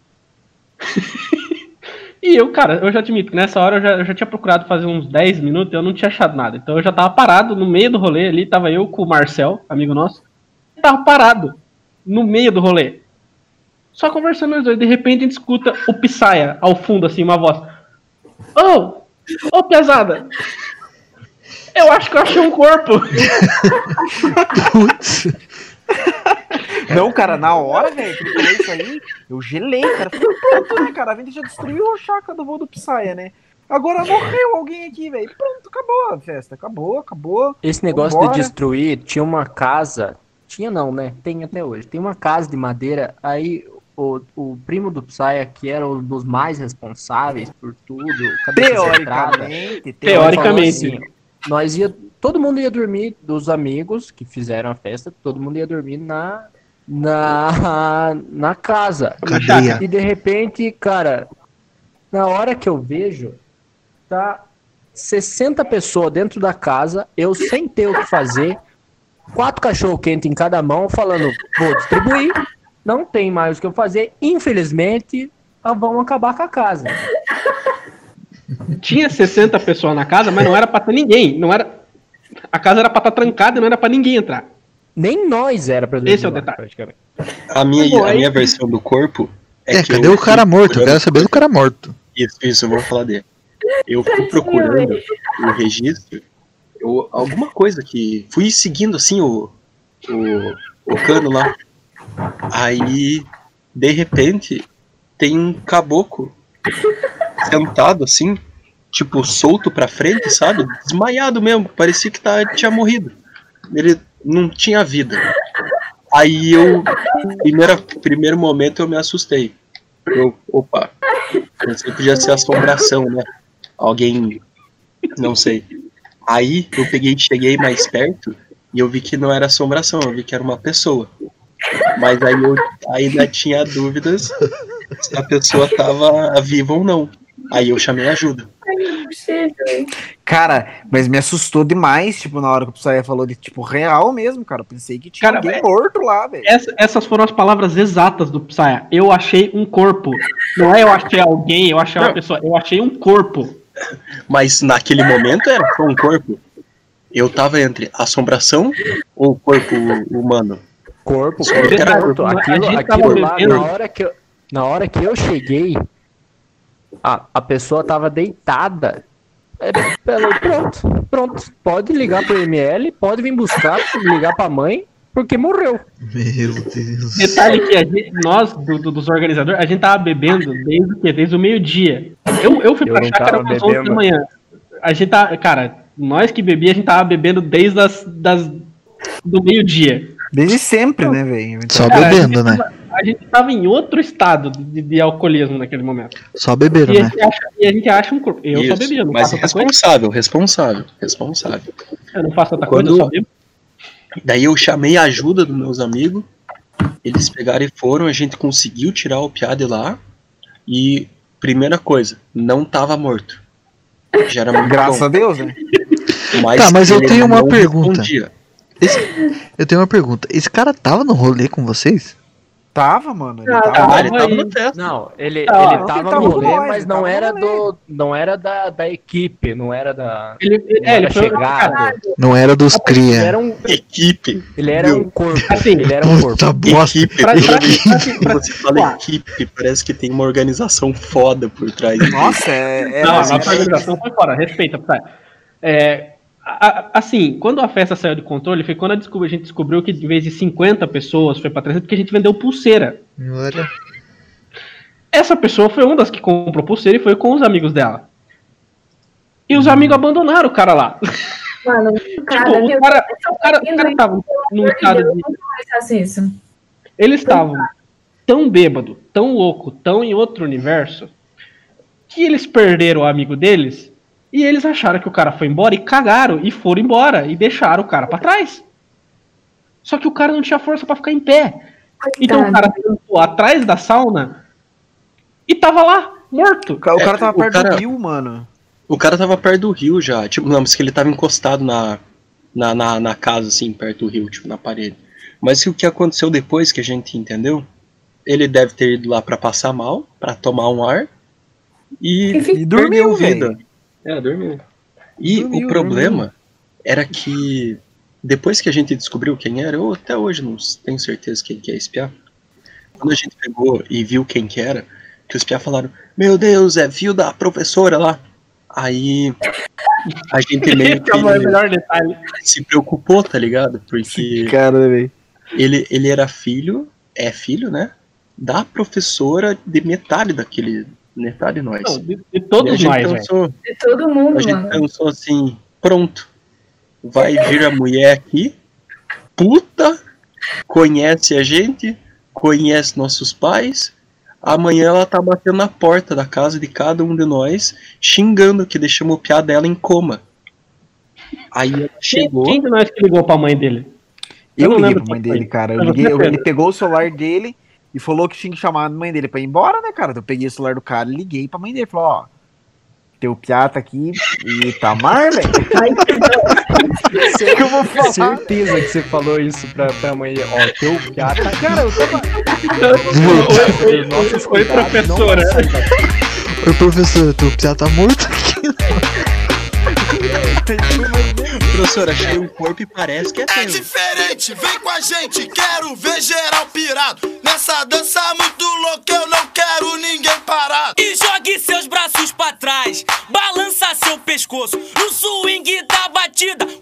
E eu, cara, eu já admito que nessa hora eu já, eu já tinha procurado fazer uns dez minutos e eu não tinha achado nada. Então eu já tava parado no meio do rolê ali, tava eu com o Marcel, amigo nosso. Tava parado no meio do rolê. Só conversando nós dois. De repente a gente escuta o Psyia ao fundo, assim, uma voz. Ô! Ô, pesada! Eu acho que eu achei um corpo! Putz. Não, cara, na hora, velho, que ele falou isso aí, eu gelei, cara. Falei, pronto, né, cara? A gente já destruiu a chácara do voo do Psyia, né? Agora morreu alguém aqui, velho. Pronto, acabou a festa. Acabou, acabou. Esse negócio Vambora. de destruir, tinha uma casa. Tinha não, né? Tem até hoje. Tem uma casa de madeira. Aí o, o primo do Psyia, que era um dos mais responsáveis por tudo, cabeça centrada, Teoricamente, Teoricamente. falou assim, nós ia, todo mundo ia dormir, dos amigos que fizeram a festa, todo mundo ia dormir na na na casa. Cadeia. E de repente, cara, na hora que eu vejo, tá sessenta pessoas dentro da casa, eu sem ter o que fazer, quatro cachorro quente em cada mão, falando, vou distribuir, não tem mais o que eu fazer, infelizmente, vão acabar com a casa. Tinha sessenta pessoas na casa, mas não era pra ter ninguém. Não era... A casa era pra estar trancada e não era pra ninguém entrar. Nem nós era pra Esse é o lá, detalhe. praticamente. A minha, a minha versão do corpo é, É, que cadê eu o cara fui morto? Eu procurando- quero saber do cara morto. Isso, isso, eu vou falar dele. Eu fui procurando o registro, eu, alguma coisa que... Fui seguindo, assim, o, o, o cano lá. Aí, de repente, tem um caboclo sentado, assim, tipo, solto pra frente, sabe? Desmaiado mesmo, parecia que tá, tinha morrido. Ele não tinha vida. Aí eu, primeira, primeiro momento eu me assustei. Eu, opa, pensei que podia ser assombração, né? Alguém, não sei. Aí eu peguei, cheguei mais perto e eu vi que não era assombração, eu vi que era uma pessoa. Mas aí eu ainda tinha dúvidas se a pessoa tava viva ou não. Aí eu chamei ajuda. Cara, mas me assustou demais, tipo, na hora que o Psaia falou de, tipo, real mesmo, cara. Eu pensei que tinha Cara, alguém é- morto lá, velho. Essa- essas foram as palavras exatas do Psya. Eu achei um corpo. Não é eu achei alguém, eu achei uma Não. pessoa. Eu achei um corpo. Mas naquele momento era só um corpo. Eu tava entre assombração ou corpo humano? Corpo, Só corpo, que era corpo. corpo. Aquilo, A gente aquilo tava lá, bebendo. na hora que eu, na hora que eu cheguei, a, a pessoa tava deitada. É, falei, pronto, pronto. Pode ligar pro M L, pode vir buscar, ligar pra mãe, porque morreu. Meu Deus. Detalhe que a gente, nós, do- do- dos organizadores, a gente tava bebendo desde o quê? Desde o meio-dia. Eu, eu fui Eu pra não chácara tava às onze da bebendo. manhã. A gente tá, cara, nós que bebia, a gente tava bebendo desde as, das, do meio-dia. Desde sempre, né, velho? Só Cara, bebendo, a gente né? tava- A gente tava em outro estado de, de alcoolismo naquele momento. Só beberam, E a, né? gente acha, e a gente acha um corpo. Eu só Isso, bebia, não mas faço outra coisa. responsável, responsável, responsável. Eu não faço outra Quando- coisa, eu só bebo. Daí eu chamei a ajuda dos meus amigos, eles pegaram e foram, a gente conseguiu tirar o piá de lá, e primeira coisa, não tava morto. Já era muito Graças bom. a Deus, né? Mas Tá, mas eu ele tenho uma não pergunta. respondia. Esse- eu tenho uma pergunta. Esse cara tava no rolê com vocês? Tava, mano. Ele Ah, tava. Ah, ele tava aí. no festa. Não, ele, Ah, ele ele tava tava no com rolê, nós, mas ele não tava era, no do, não era da, da equipe, não era da. Ele, ele- Não é, ele era foi chegado. Não era dos Ele cria. era um, Equipe. ele era Viu? um corpo. Assim, Ele era um corpo. Puta bosta. Equipe. Pra- Toda pra- vez pra- que pra- você fala equipe, parece que tem uma organização foda por trás. Nossa, é. é Não, a assim, nossa organização foi fora, respeita, tá? É, a- a- assim, quando a festa saiu de controle, foi quando a, descob- a gente descobriu que de vez de cinquenta pessoas foi pra trezentas, porque a gente vendeu pulseira. Olha. Essa pessoa foi uma das que comprou pulseira e foi com os amigos dela. E os amigos abandonaram o cara lá. Mano, cara, Tipo, o viu? cara, o cara, o cara tava num Pelo amor de estado Deus, de. nunca mais faço isso. Eles estavam tão bêbado, tão louco, tão em outro universo, que eles perderam o amigo deles e eles acharam que o cara foi embora e cagaram e foram embora e deixaram o cara pra trás. Só que o cara não tinha força pra ficar em pé. Então o cara sentou atrás da sauna e tava lá, morto. O cara, o cara É, tava o perto cara- do rio, mano. O cara tava perto do rio já. Tipo, não, mas que ele tava encostado na, na, na, na casa, assim, perto do rio, tipo, na parede. Mas o que aconteceu depois que a gente entendeu? Ele deve ter ido lá pra passar mal, pra tomar um ar. E, E dormiu, perdeu vida. velho. É, dormiu. E Dormiu, o problema era que depois que a gente descobriu quem era, eu até hoje não tenho certeza quem que é esse piá. Quando a gente pegou e viu quem que era, que os piá falaram, meu Deus, é filho da professora lá. Aí a gente meio que Esse é o melhor detalhe. se preocupou, tá ligado? Porque Cara, velho. ele, ele era filho, é filho, né? Da professora de metade daquele, metade de nós. Não, de, de E a todos gente nós, velho. pensou, De todo mundo, a gente mano. pensou assim, pronto, vai vir a mulher aqui, puta, conhece a gente, conhece nossos pais, amanhã ela tá batendo na porta da casa de cada um de nós, xingando que deixamos o piá dela em coma. Aí ela Quem, chegou, quem de nós que ligou pra mãe dele? Eu, não liguei lembro pra mãe quem foi. dele, cara. Eu Foi liguei, você, eu- Pedro? ele pegou o celular dele e falou que tinha que chamar a mãe dele pra ir embora, né, cara? Então eu peguei o celular do cara e liguei pra mãe dele. Falou, ó, teu piata aqui e Tamar, velho. que eu vou falar? Certeza que você falou isso pra, pra mãe. Ó, teu piata. Cara, eu tava. Oi, oi, professora. Oi, professora, teu piata tá morto aqui. Professor, achei um corpo e parece que é É teu. diferente, vem com a gente, quero ver geral pirado. Nessa dança muito louca, eu não quero ninguém parado. E jogue seus braços pra trás, balança seu pescoço no swing da batida.